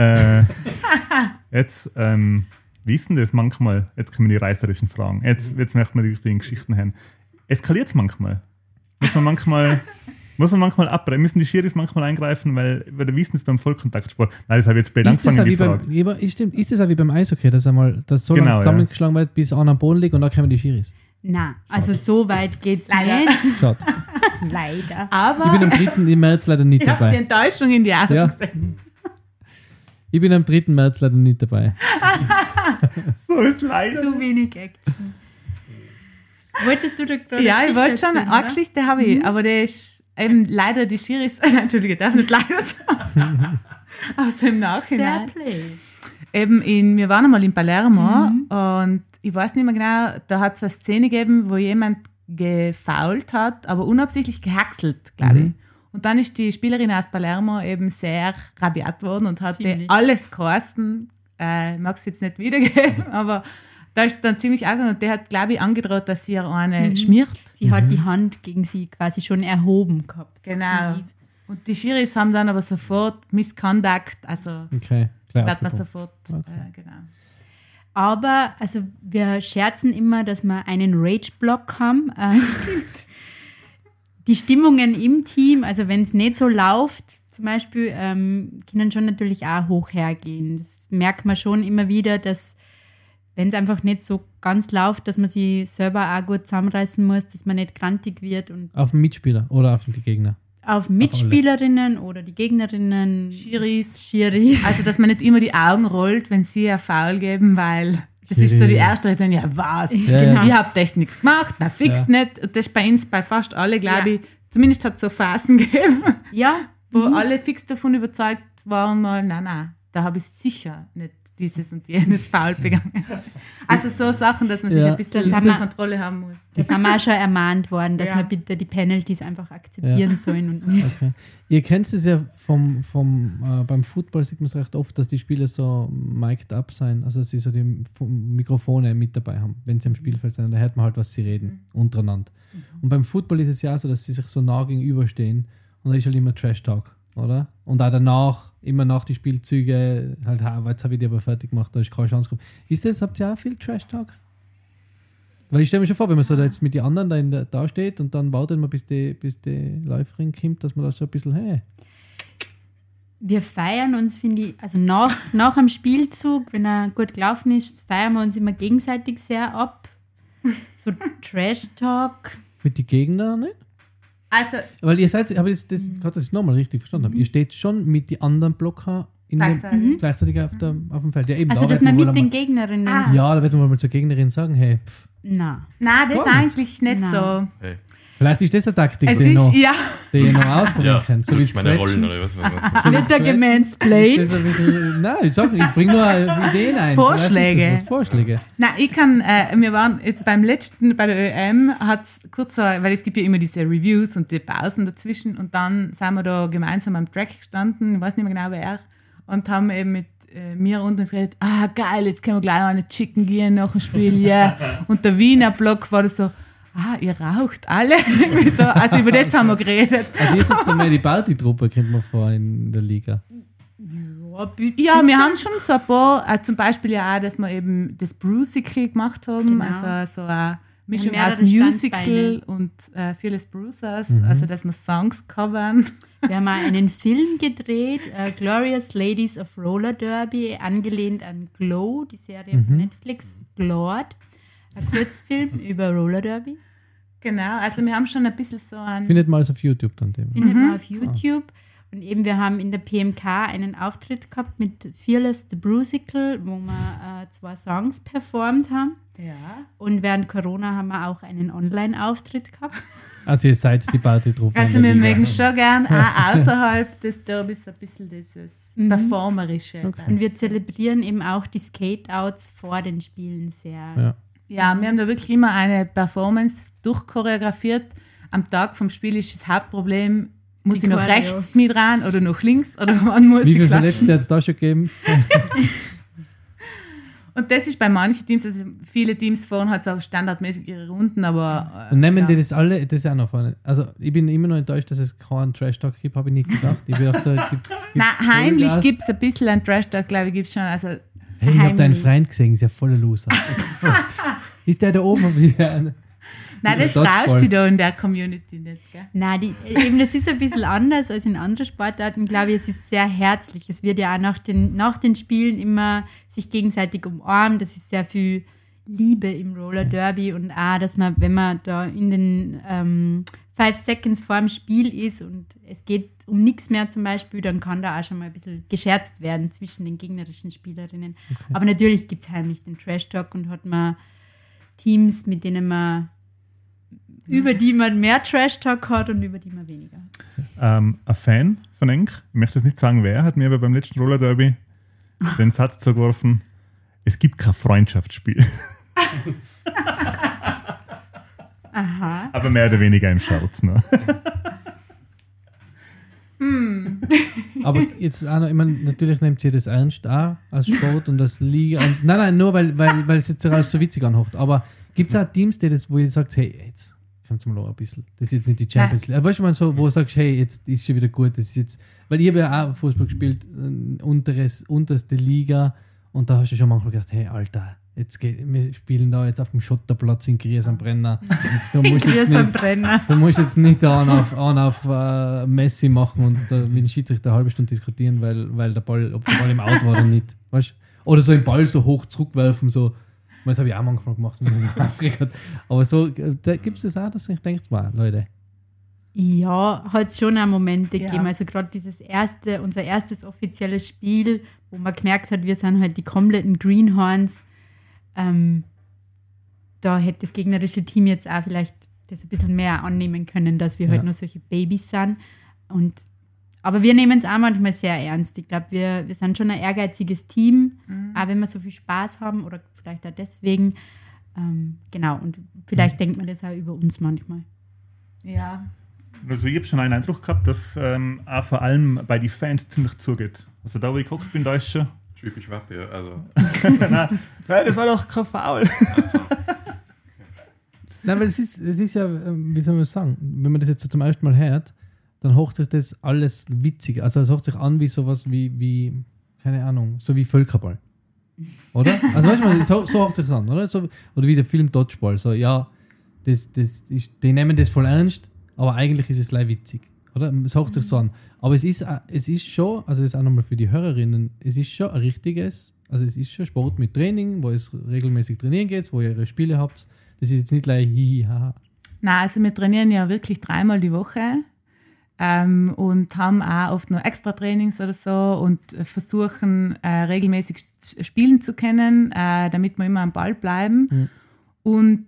Jetzt, wie ist denn das manchmal? Jetzt kommen die reißerischen Fragen. Jetzt möchten wir die richtigen Geschichten haben. Eskaliert es manchmal? Muss man manchmal abbrechen? Müssen die Schiris manchmal eingreifen, weil wir wissen es beim Vollkontaktsport. Nein, das habe ich jetzt blöd angefangen, die Frage. Ist das auch wie beim Eishockey, dass so lange zusammengeschlagen wird, bis einer am Boden liegt und dann kommen die Schiris? Nein, also so weit geht es Leider. nicht. Schade. Leider. Aber Ich bin am 3. März leider nicht ich habe die dabei. Enttäuschung in die Augen Ja. gesehen. Ich bin am 3. März leider nicht dabei. So ist leider. Zu wenig Action. Wolltest du da gerade Ja, ich Geschichte wollte schon. erzählen, Eine oder? Geschichte habe ich, aber der ist eben leider die Schiris. Entschuldige, darf nicht leider sagen. Aber so im Fair Nachhinein. Play. Wir waren einmal in Palermo und ich weiß nicht mehr genau, da hat es eine Szene gegeben, wo jemand gefoult hat, aber unabsichtlich gehackselt, glaube ich. Und dann ist die Spielerin aus Palermo eben sehr rabiat worden und hat Ziemlich. alles geheißen. Ich mag es jetzt nicht wiedergeben, aber da ist es dann ziemlich arg und der hat, glaube ich, angedroht, dass sie ihr eine schmiert. Sie hat die Hand gegen sie quasi schon erhoben gehabt. Genau. Aktiv. Und die Schiris haben dann aber sofort Misconduct, also Okay, klar. wird man sofort, genau. Aber, also wir scherzen immer, dass wir einen Rage-Block haben. Die Stimmungen im Team, also wenn es nicht so läuft, zum Beispiel, können schon natürlich auch hoch hergehen. Das merkt man schon immer wieder, dass wenn es einfach nicht so ganz läuft, dass man sich selber auch gut zusammenreißen muss, dass man nicht grantig wird und Auf den Mitspieler oder auf die Gegner? auf Mitspielerinnen oder die Gegnerinnen, Schiris. Also, dass man nicht immer die Augen rollt, wenn sie ein Foul geben, weil das ist so die erste Reaktion, ja was, Ja. ihr habt echt nichts gemacht, na fix nicht. Und das ist bei uns, bei fast alle, glaube ich, zumindest hat es so Phasen gegeben, ja, wo alle fix davon überzeugt waren, mal, nein, da habe ich sicher nicht dieses und jenes Foul begangen. Also so Sachen, dass man sich Ja. ein bisschen Das haben unter wir- Kontrolle haben muss. das haben wir auch schon ermahnt worden, dass Ja. wir bitte die Penalties einfach akzeptieren sollen und nicht. Okay. Ihr kennt es ja beim Football sieht man es recht oft, dass die Spieler so mic'd up sein, also dass sie so die Mikrofone mit dabei haben, wenn sie am Spielfeld sind, da hört man halt, was sie reden, untereinander. Und beim Football ist es ja so, dass sie sich so nah gegenüberstehen und da ist halt immer Trash-Talk, oder? Und auch danach, immer nach die Spielzüge, halt, jetzt habe ich die aber fertig gemacht, da ist keine Chance gekommen. Habt ihr auch viel Trash-Talk? Weil ich stelle mir schon vor, wenn man so da jetzt mit den anderen da steht und dann wartet man, bis die Läuferin kommt, dass man da schon ein bisschen, hey. Wir feiern uns, finde ich, also nach dem Spielzug, wenn er gut gelaufen ist, feiern wir uns immer gegenseitig sehr ab. So Trash-Talk. Mit den Gegnern nicht? Also Weil ihr seid, aber das ich nochmal richtig verstanden habe, ihr steht schon mit den anderen Blocker gleichzeitig auf dem Feld. Ja, eben, Also, da dass wird man wohl mit den einmal- Gegnerinnen. Ja, da wird man mal zur Gegnerin sagen, hey, Nein. nein, das Gar nicht. eigentlich nicht Nein. so. Hey, vielleicht ist das eine Taktik, Es die ist, ihr ja, noch ausprobieren ja, könnt. So wie meine Scratchen. Rollen oder was. Wird der Ist gemansplained? das ein bisschen, nein, ich bringe nur Ideen ein. Vorschläge. Vielleicht ist das was, Vorschläge. nein, ich kann, wir waren beim letzten, bei der ÖM, hat es kurz so, weil es gibt ja immer diese Reviews und die Pausen dazwischen und dann sind wir da gemeinsam am Track gestanden, ich weiß nicht mehr genau wer, und haben eben mit mir unten geredet, geil, jetzt können wir gleich eine Chicken gehen nach dem Spiel, ja. Yeah. Und der Wiener Block war das so, ihr raucht alle. Irgendwie so, also über das haben wir geredet. Also ihr seid so mehr die Party-Truppe, kennt man vor in der Liga. Ja, wir haben schon so ein paar, zum Beispiel ja auch, dass wir eben das Brucicle gemacht haben, Genau. also so eine Mischung Ja, aus mehrere Musical Standbeine. und Fearless Bruisers, also dass wir Songs covern. Wir haben auch einen Film gedreht, Glorious Ladies of Roller Derby, angelehnt an Glow, die Serie von Netflix, Glord. Ein Kurzfilm über Roller Derby. Genau, also wir haben schon ein bisschen so ein... Findet mal auf YouTube dann dem. Findet man auf YouTube. Und eben, wir haben in der PMK einen Auftritt gehabt mit Fearless the Brusical, wo wir 2 Songs performt haben. Ja. Und während Corona haben wir auch einen Online-Auftritt gehabt. Also ihr seid die Partytruppe. Also wir mögen schon gern auch außerhalb des Derbys ein bisschen dieses Performerische. Okay. Und wir zelebrieren eben auch die Skate-Outs vor den Spielen sehr. Ja. Ja, wir haben da wirklich immer eine Performance durchchoreografiert. Am Tag vom Spiel ist das Hauptproblem, muss Die ich noch Choreo. rechts mit rein oder noch links oder wann muss Wie ich viele klatschen? Verletzte hat es da schon gegeben? Und das ist bei manchen Teams, also viele Teams fahren halt so standardmäßig ihre Runden, aber Und nehmen ja. die das alle, das ist auch noch vorne. Also ich bin immer noch enttäuscht, dass es keinen Trash-Talk gibt, habe ich nicht gedacht. Ich dachte, da gibt's Nein, heimlich Vollgas. gibt es ein bisschen einen Trash-Talk, glaube ich, gibt es schon. Also, Hey, ich habe deinen heimlich. Freund gesehen, ist ja voller Loser. Ist der da oben wieder? nein, das Dodgeball. traust du da in der Community nicht, gell? Nein, eben das ist ein bisschen anders als in anderen Sportarten, glaube ich. Es ist sehr herzlich. Es wird ja auch nach den Spielen immer sich gegenseitig umarmt. Das ist sehr viel Liebe im Roller Derby und auch, dass man, wenn man da in den 5 Seconds vor dem Spiel ist und es geht um nichts mehr zum Beispiel, dann kann da auch schon mal ein bisschen gescherzt werden zwischen den gegnerischen Spielerinnen. Okay. Aber natürlich gibt es heimlich den Trash-Talk und hat man Teams, mit denen man über die man mehr Trash-Talk hat und über die man weniger hat. Ein Fan von Enk, ich möchte jetzt nicht sagen wer, hat mir aber beim letzten Roller Derby den Satz zugeworfen, es gibt kein Freundschaftsspiel. Aha. Aber mehr oder weniger im Scherz. Ne? Aber jetzt auch noch, ich meine, natürlich nimmt sie das ernst auch als Sport und als Liga. Und, nein, nur weil es jetzt alles so witzig anhört. Aber gibt es auch Teams, die das, wo ihr sagt, hey, jetzt kommt mal noch ein bisschen. Das ist jetzt nicht die Champions League. Aber weißt du mal so, wo du sagst, hey, jetzt ist schon wieder gut. Das ist jetzt, weil ich habe ja auch Fußball gespielt, unterste Liga. Und da hast du schon manchmal gedacht, hey, Alter, wir spielen da jetzt auf dem Schotterplatz in Gries am Brenner. Du musst jetzt nicht, Brenner. du musst jetzt nicht an auf Messi machen und mit dem Schiedsrichter eine halbe Stunde diskutieren, weil der Ball, ob der Ball im Out war oder nicht. Weißt? Oder so den Ball so hoch zurückwerfen, so. Das habe ich auch manchmal gemacht, wenn ich Afrika hat. Aber so gibt es das auch, dass ich denke, Leute. Ja, hat es schon auch Momente Ja. gegeben. Also gerade unser erstes offizielles Spiel, wo man gemerkt hat, wir sind halt die kompletten Greenhorns. Da hätte das gegnerische Team jetzt auch vielleicht das ein bisschen mehr annehmen können, dass wir halt nur solche Babys sind. Aber wir nehmen es auch manchmal sehr ernst. Ich glaube, wir sind schon ein ehrgeiziges Team, auch wenn wir so viel Spaß haben oder vielleicht auch deswegen. Genau, und vielleicht denkt man das auch über uns manchmal. Ja. Also ich habe schon einen Eindruck gehabt, dass auch vor allem bei den Fans ziemlich zugeht. Also da, wo ich geguckt bin, da ist schon... Typisch Wappe, also. Nein, das war doch kein Foul. Nein, weil es ist ja, wie soll man sagen, wenn man das jetzt so zum ersten Mal hört, dann hört sich das alles witzig. Also es hört sich an wie sowas wie keine Ahnung, so wie Völkerball. Oder? Also weißt du, so hört sich an, oder? So, oder wie der Film Dodgeball. So, ja, das ist, die nehmen das voll ernst, aber eigentlich ist es leider witzig. Oder? Es hört sich so an. Aber es ist schon, also das ist auch nochmal für die Hörerinnen, es ist schon ein richtiges, also es ist schon Sport mit Training, wo es regelmäßig trainieren geht, wo ihr ihre Spiele habt. Das ist jetzt nicht gleich hihi, haha. Nein, also wir trainieren ja wirklich 3-mal die Woche und haben auch oft noch extra Trainings oder so und versuchen regelmäßig spielen zu können, damit wir immer am Ball bleiben. Mhm. Und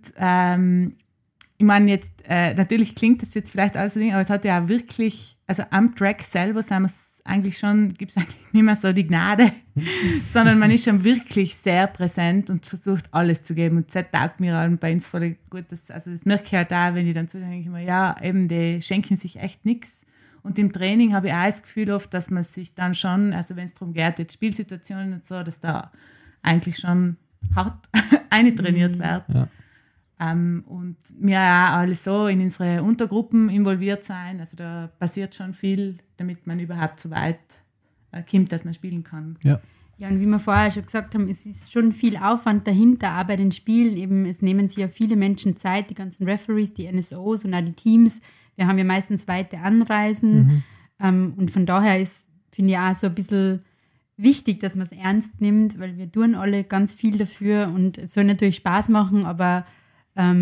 ich meine jetzt, natürlich klingt das jetzt vielleicht alles so, aber es hat ja auch wirklich, also am Track selber sind wir eigentlich schon, gibt es eigentlich nicht mehr so die Gnade, sondern man ist schon wirklich sehr präsent und versucht alles zu geben. Und das taugt mir allen bei uns voll gut. Also das merke ich halt auch, wenn ich dann zuhöre, denke ich mir, ja, eben, die schenken sich echt nichts. Und im Training habe ich auch das Gefühl oft, dass man sich dann schon, also wenn es darum geht, jetzt Spielsituationen und so, dass da eigentlich schon hart eintrainiert wird. Ja. Und wir auch alle so in unsere Untergruppen involviert sein. Also da passiert schon viel, damit man überhaupt so weit kommt, dass man spielen kann. Ja. Ja, und wie wir vorher schon gesagt haben, es ist schon viel Aufwand dahinter, auch bei den Spielen. Eben, es nehmen sich ja viele Menschen Zeit, die ganzen Referees, die NSOs und auch die Teams. Wir haben ja meistens weite Anreisen. Und von daher ist, finde ich, auch so ein bisschen wichtig, dass man es ernst nimmt, weil wir tun alle ganz viel dafür und es soll natürlich Spaß machen, aber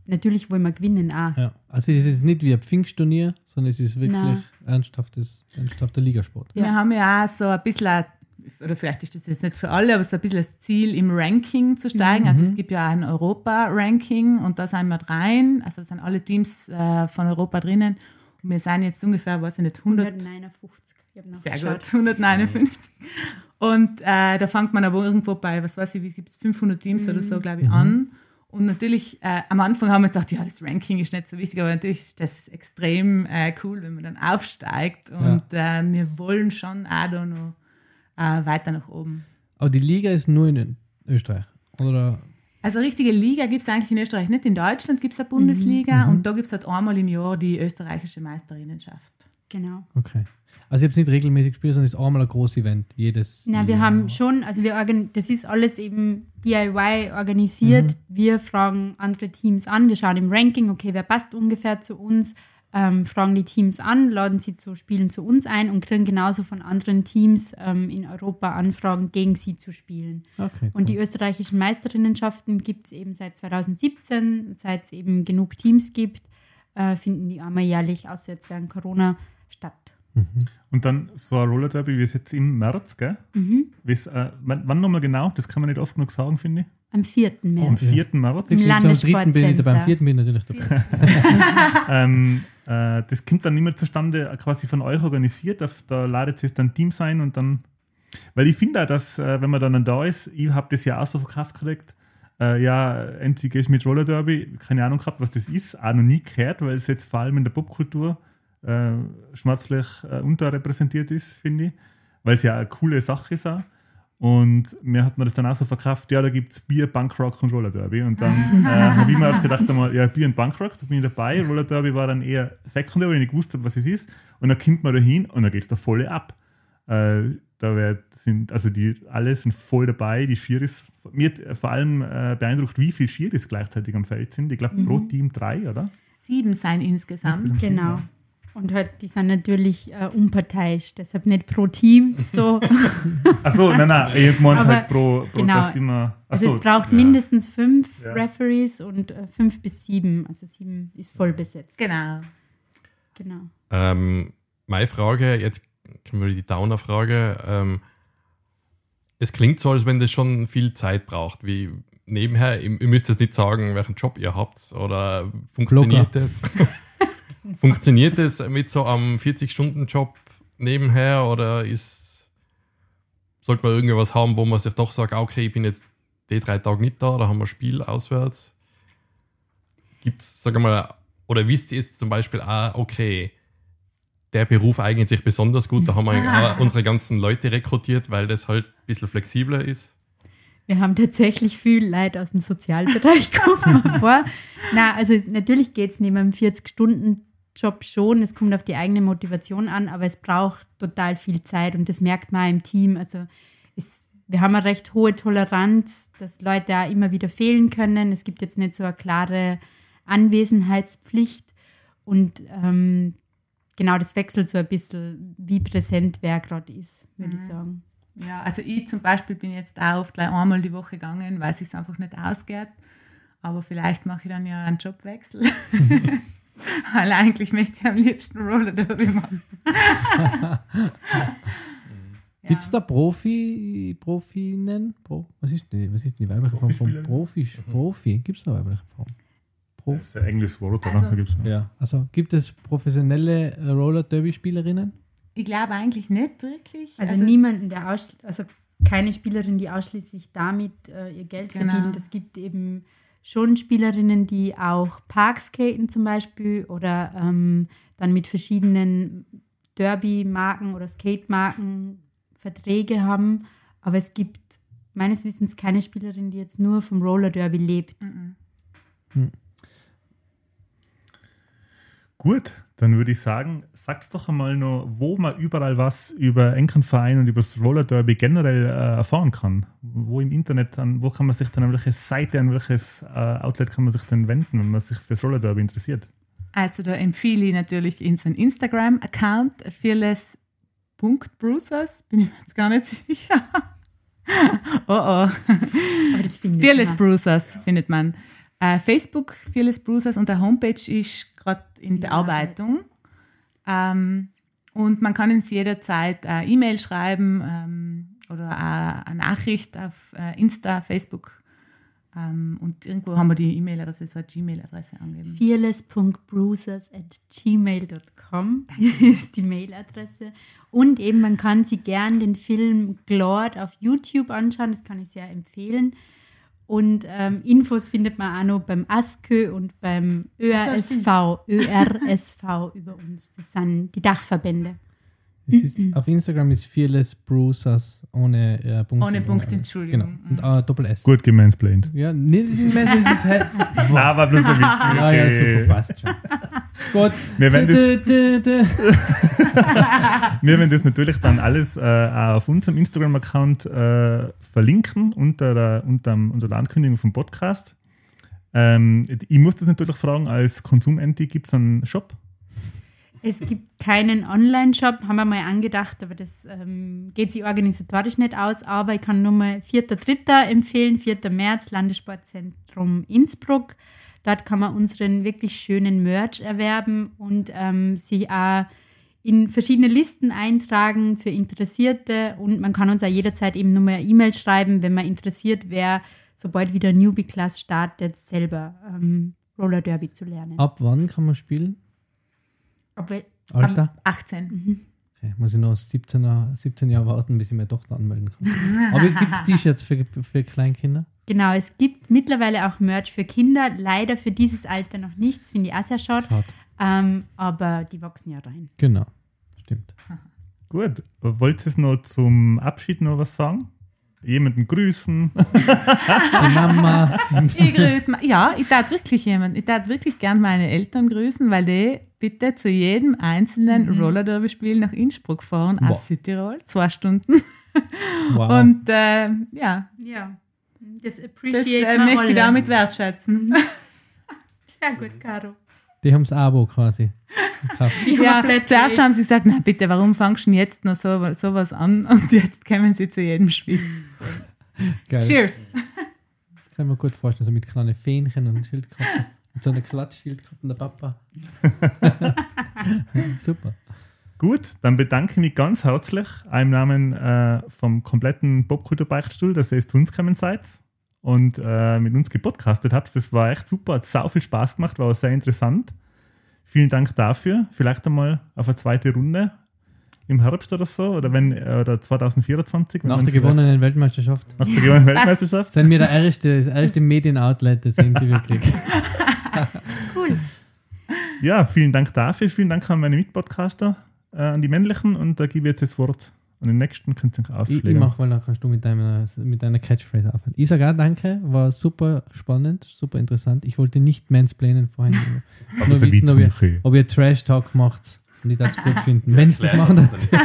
natürlich wollen wir gewinnen auch. Ja. Also es ist nicht wie ein Pfingstturnier, sondern es ist wirklich Nein. ernsthafter Ligasport. Ja. Wir haben ja auch so ein bisschen, oder vielleicht ist das jetzt nicht für alle, aber so ein bisschen das Ziel, im Ranking zu steigen. Also es gibt ja auch ein Europa-Ranking und da sind wir rein. Also da sind alle Teams von Europa drinnen. Und wir sind jetzt ungefähr, weiß ich nicht, 159. Ich habe noch Sehr geschaut. gut, 159. Und da fängt man aber irgendwo bei, was weiß ich, wie gibt es 500 Teams oder so, glaube ich, an. Und natürlich, am Anfang haben wir gedacht, ja, das Ranking ist nicht so wichtig, aber natürlich ist das extrem cool, wenn man dann aufsteigt. Und wir wollen schon auch da noch weiter nach oben. Aber die Liga ist nur in Österreich, oder? Also richtige Liga gibt es eigentlich in Österreich nicht. In Deutschland gibt es eine Bundesliga und da gibt es halt einmal im Jahr die österreichische Meisterinnenschaft. Genau. Okay. Also ich habe es nicht regelmäßig gespielt, sondern es ist einmal ein großes Event. Na, wir haben schon, also das ist alles eben DIY organisiert. Wir fragen andere Teams an, wir schauen im Ranking, okay, wer passt ungefähr zu uns, fragen die Teams an, laden sie zu Spielen zu uns ein und kriegen genauso von anderen Teams in Europa Anfragen, gegen sie zu spielen. Okay, cool. Und die österreichischen Meisterinnenschaften gibt es eben seit 2017, seit es eben genug Teams gibt, finden die einmal jährlich, außer jetzt während Corona, statt. Und dann so ein Roller Derby, wie es jetzt im März, gell? Wann nochmal genau? Das kann man nicht oft genug sagen, finde ich. Am 4. Am März. 4. März. Im Am 3. bin ich dabei, am Landessportcenter. 4. bin ich natürlich dabei. Das kommt dann nicht mehr zustande, quasi von euch organisiert. Da ladet es dann Teams ein und dann. Weil ich finde auch, dass, wenn man dann da ist, ich habe das ja auch so verkauft gekriegt, endlich gehst du mit Roller Derby, keine Ahnung gehabt, was das ist, auch noch nie gehört, weil es jetzt vor allem in der Popkultur schmerzlich unterrepräsentiert ist, finde ich, weil es ja eine coole Sache ist auch. Und mir hat man das dann auch so verkauft, ja, da gibt es Bier, Punkrock und Roller Derby. Und dann habe ich mir auch gedacht, ja, Bier und Punkrock, da bin ich dabei. Roller Derby war dann eher sekundär, weil ich nicht gewusst habe, was es ist. Und dann kommt man da hin und dann geht es da voll ab. Alle sind voll dabei, die Schiris. Mir hat vor allem beeindruckt, wie viele Schiris gleichzeitig am Feld sind. Ich glaube, pro Team 3, oder? 7 sein insgesamt. Genau. Und halt, die sind natürlich unparteiisch, deshalb nicht pro Team. So. Achso, nein, ich meine Aber halt pro genau. das immer. Also Achso, es braucht mindestens 5 Ja. Referees und 5 bis 7. Also 7 ist voll besetzt. Genau. Genau. Meine Frage, jetzt kommen wir die Downer-Frage. Es klingt so, als wenn das schon viel Zeit braucht. Wie nebenher, ihr müsst jetzt nicht sagen, welchen Job ihr habt oder funktioniert das? Funktioniert das mit so einem 40-Stunden-Job nebenher oder sollte man irgendwas haben, wo man sich doch sagt, okay, ich bin jetzt die 3 Tage nicht da, da haben wir ein Spiel auswärts? Gibt's, sag mal, oder wisst ihr jetzt zum Beispiel, okay, der Beruf eignet sich besonders gut, da haben wir auch unsere ganzen Leute rekrutiert, weil das halt ein bisschen flexibler ist? Wir haben tatsächlich viel Leute aus dem Sozialbereich, kommt mir vor. Na, also natürlich geht es neben einem 40-Stunden-Job schon, es kommt auf die eigene Motivation an, aber es braucht total viel Zeit und das merkt man auch im Team. Also wir haben eine recht hohe Toleranz, dass Leute auch immer wieder fehlen können. Es gibt jetzt nicht so eine klare Anwesenheitspflicht und genau, das wechselt so ein bisschen, wie präsent wer gerade ist, würde ich sagen. Ja, also ich zum Beispiel bin jetzt auch oft gleich einmal die Woche gegangen, weil es sich einfach nicht ausgeht. Aber vielleicht mache ich dann ja einen Jobwechsel. Weil eigentlich möchte ich am liebsten Roller Derby machen. Gibt es da Profinnen? Was ist die weibliche Form von Profi? Gibt es da weibliche Form? Das ist ein englisches Wort, oder? Also- Da gibt's Ja, also gibt es professionelle Roller-Derby-Spielerinnen? Ich glaube eigentlich nicht wirklich. Also niemanden, also keine Spielerin, die ausschließlich damit ihr Geld Genau. verdient. Es gibt eben schon Spielerinnen, die auch Parkskaten zum Beispiel oder dann mit verschiedenen Derby-Marken oder Skate-Marken Verträge haben. Aber es gibt meines Wissens keine Spielerin, die jetzt nur vom Roller Derby lebt. Gut, dann würde ich sagen, sag's doch einmal noch, wo man überall was über Enkenverein und über das Roller Derby generell erfahren kann. Wo im Internet, wo kann man sich dann, an welche Seite, an welches Outlet kann man sich dann wenden, wenn man sich für das Roller Derby interessiert? Also da empfehle ich natürlich unseren Instagram-Account, fearless.bruisers, bin ich mir jetzt gar nicht sicher. Oh. Aber das findet Fearless man. Bruisers findet man. Facebook Fearless Bruisers und der Homepage ist gerade in Bearbeitung. Und man kann uns jederzeit eine E-Mail schreiben oder eine Nachricht auf Insta, Facebook. Und irgendwo haben wir die E-Mail-Adresse, so eine Gmail-Adresse angegeben. fearless.bruisers@gmail.com ist die Mailadresse. Und eben, man kann sich gern den Film Glord auf YouTube anschauen, das kann ich sehr empfehlen. Und Infos findet man auch noch beim ASKÖ und beim ÖRSV über uns. Das sind die Dachverbände. Auf Instagram ist Fearless Bruisers ohne Punkt. Ohne Punkt, Entschuldigung. Genau. Und Doppel S. Gut gemansplained. Ja, nicht das ist Mansplained, das ist halt. Nein, war bloß ein Witz. Ja, super, passt schon. Gut. Wir werden das natürlich dann alles auch auf unserem Instagram-Account verlinken unter der Ankündigung vom Podcast. Ich muss das natürlich fragen, als Konsumentity gibt es einen Shop? Es gibt keinen Online-Shop, haben wir mal angedacht, aber das geht sich organisatorisch nicht aus. Aber ich kann nur mal 4.3. empfehlen, 4. März, Landessportzentrum Innsbruck. Dort kann man unseren wirklich schönen Merch erwerben und sich auch in verschiedene Listen eintragen für Interessierte. Und man kann uns auch jederzeit eben nur mal eine E-Mail schreiben, wenn man interessiert wäre, sobald wieder Newbie-Class startet, selber Roller Derby zu lernen. Ab wann kann man spielen? Alter? 18. Okay, muss ich noch 17 Jahre warten, bis ich meine Tochter anmelden kann. Aber gibt es T-Shirts für Kleinkinder? Genau, es gibt mittlerweile auch Merch für Kinder. Leider für dieses Alter noch nichts, finde ich auch sehr schade. Aber die wachsen ja rein. Genau, stimmt. Gut, wollt ihr noch zum Abschied noch was sagen? Jemanden grüßen? Die Mama. Ich darf wirklich jemanden. Ich darf wirklich gern meine Eltern grüßen, weil die bitte zu jedem einzelnen Roller Derby Spiel nach Innsbruck fahren, aus Südtirol, 2 Stunden. Wow. Und Ja, das das möchte ich damit wertschätzen. Sehr gut, Caro. Die haben das Abo quasi. Zuerst haben sie gesagt, na bitte, warum fangst du denn jetzt noch sowas an? Und jetzt kommen sie zu jedem Spiel. Geil. Cheers! Das kann ich mir gut vorstellen, so mit kleinen Fähnchen und Schildkröten. Mit so einer Klatschschildkröten, der Papa. Super. Gut, dann bedanke ich mich ganz herzlich im Namen vom kompletten Popkultur-Beichtstuhl, dass ihr zu uns gekommen seid und mit uns gepodcastet habt. Das war echt super, hat sau viel Spaß gemacht, war auch sehr interessant. Vielen Dank dafür. Vielleicht einmal auf eine zweite Runde im Herbst oder so oder 2024. Nach der gewonnenen Weltmeisterschaft. Nach der gewonnenen Weltmeisterschaft. Sind wir das erste Medienoutlet, das sind sie wirklich. Cool. Ja, vielen Dank dafür. Vielen Dank an meine Mitpodcaster, an die männlichen. Und da gebe ich jetzt das Wort an den nächsten. Könnt ihr auspflegen. Ich mache, weil dann kannst du mit deiner Catchphrase aufhören. Ich sage auch danke, war super spannend, super interessant. Ich wollte nicht mansplainen vorhin. Nur wissen, ob ihr Trash-Talk macht und ich das gut finden. Wenn es das machen,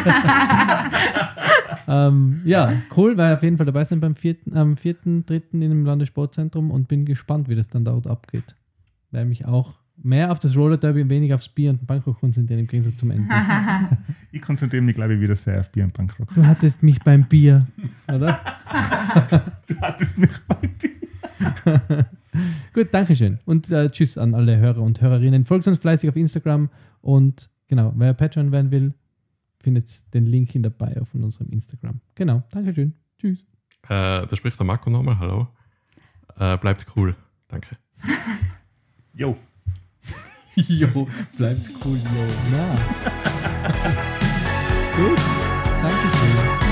ja, cool, weil auf jeden Fall dabei sind am 4.3. in dem Landessportzentrum und bin gespannt, wie das dann dort abgeht. Weil mich auch mehr auf das Roller Derby und weniger aufs Bier und den Punkrock konzentrieren, im Gegensatz zum Ende. Ich konzentriere mich, glaube ich, wieder sehr auf Bier und Punkrock. Du hattest mich beim Bier, oder? Du hattest mich beim Bier. Gut, Dankeschön. Und tschüss an alle Hörer und Hörerinnen. Folgt uns fleißig auf Instagram und genau, wer Patreon werden will, findet den Link in der Bio von unserem Instagram. Genau, Dankeschön. Tschüss. Da spricht der Marco nochmal. Hallo. Bleibt cool. Danke. Jo. Jo, bleibt cool, jo. Na. Gut, Dankeschön.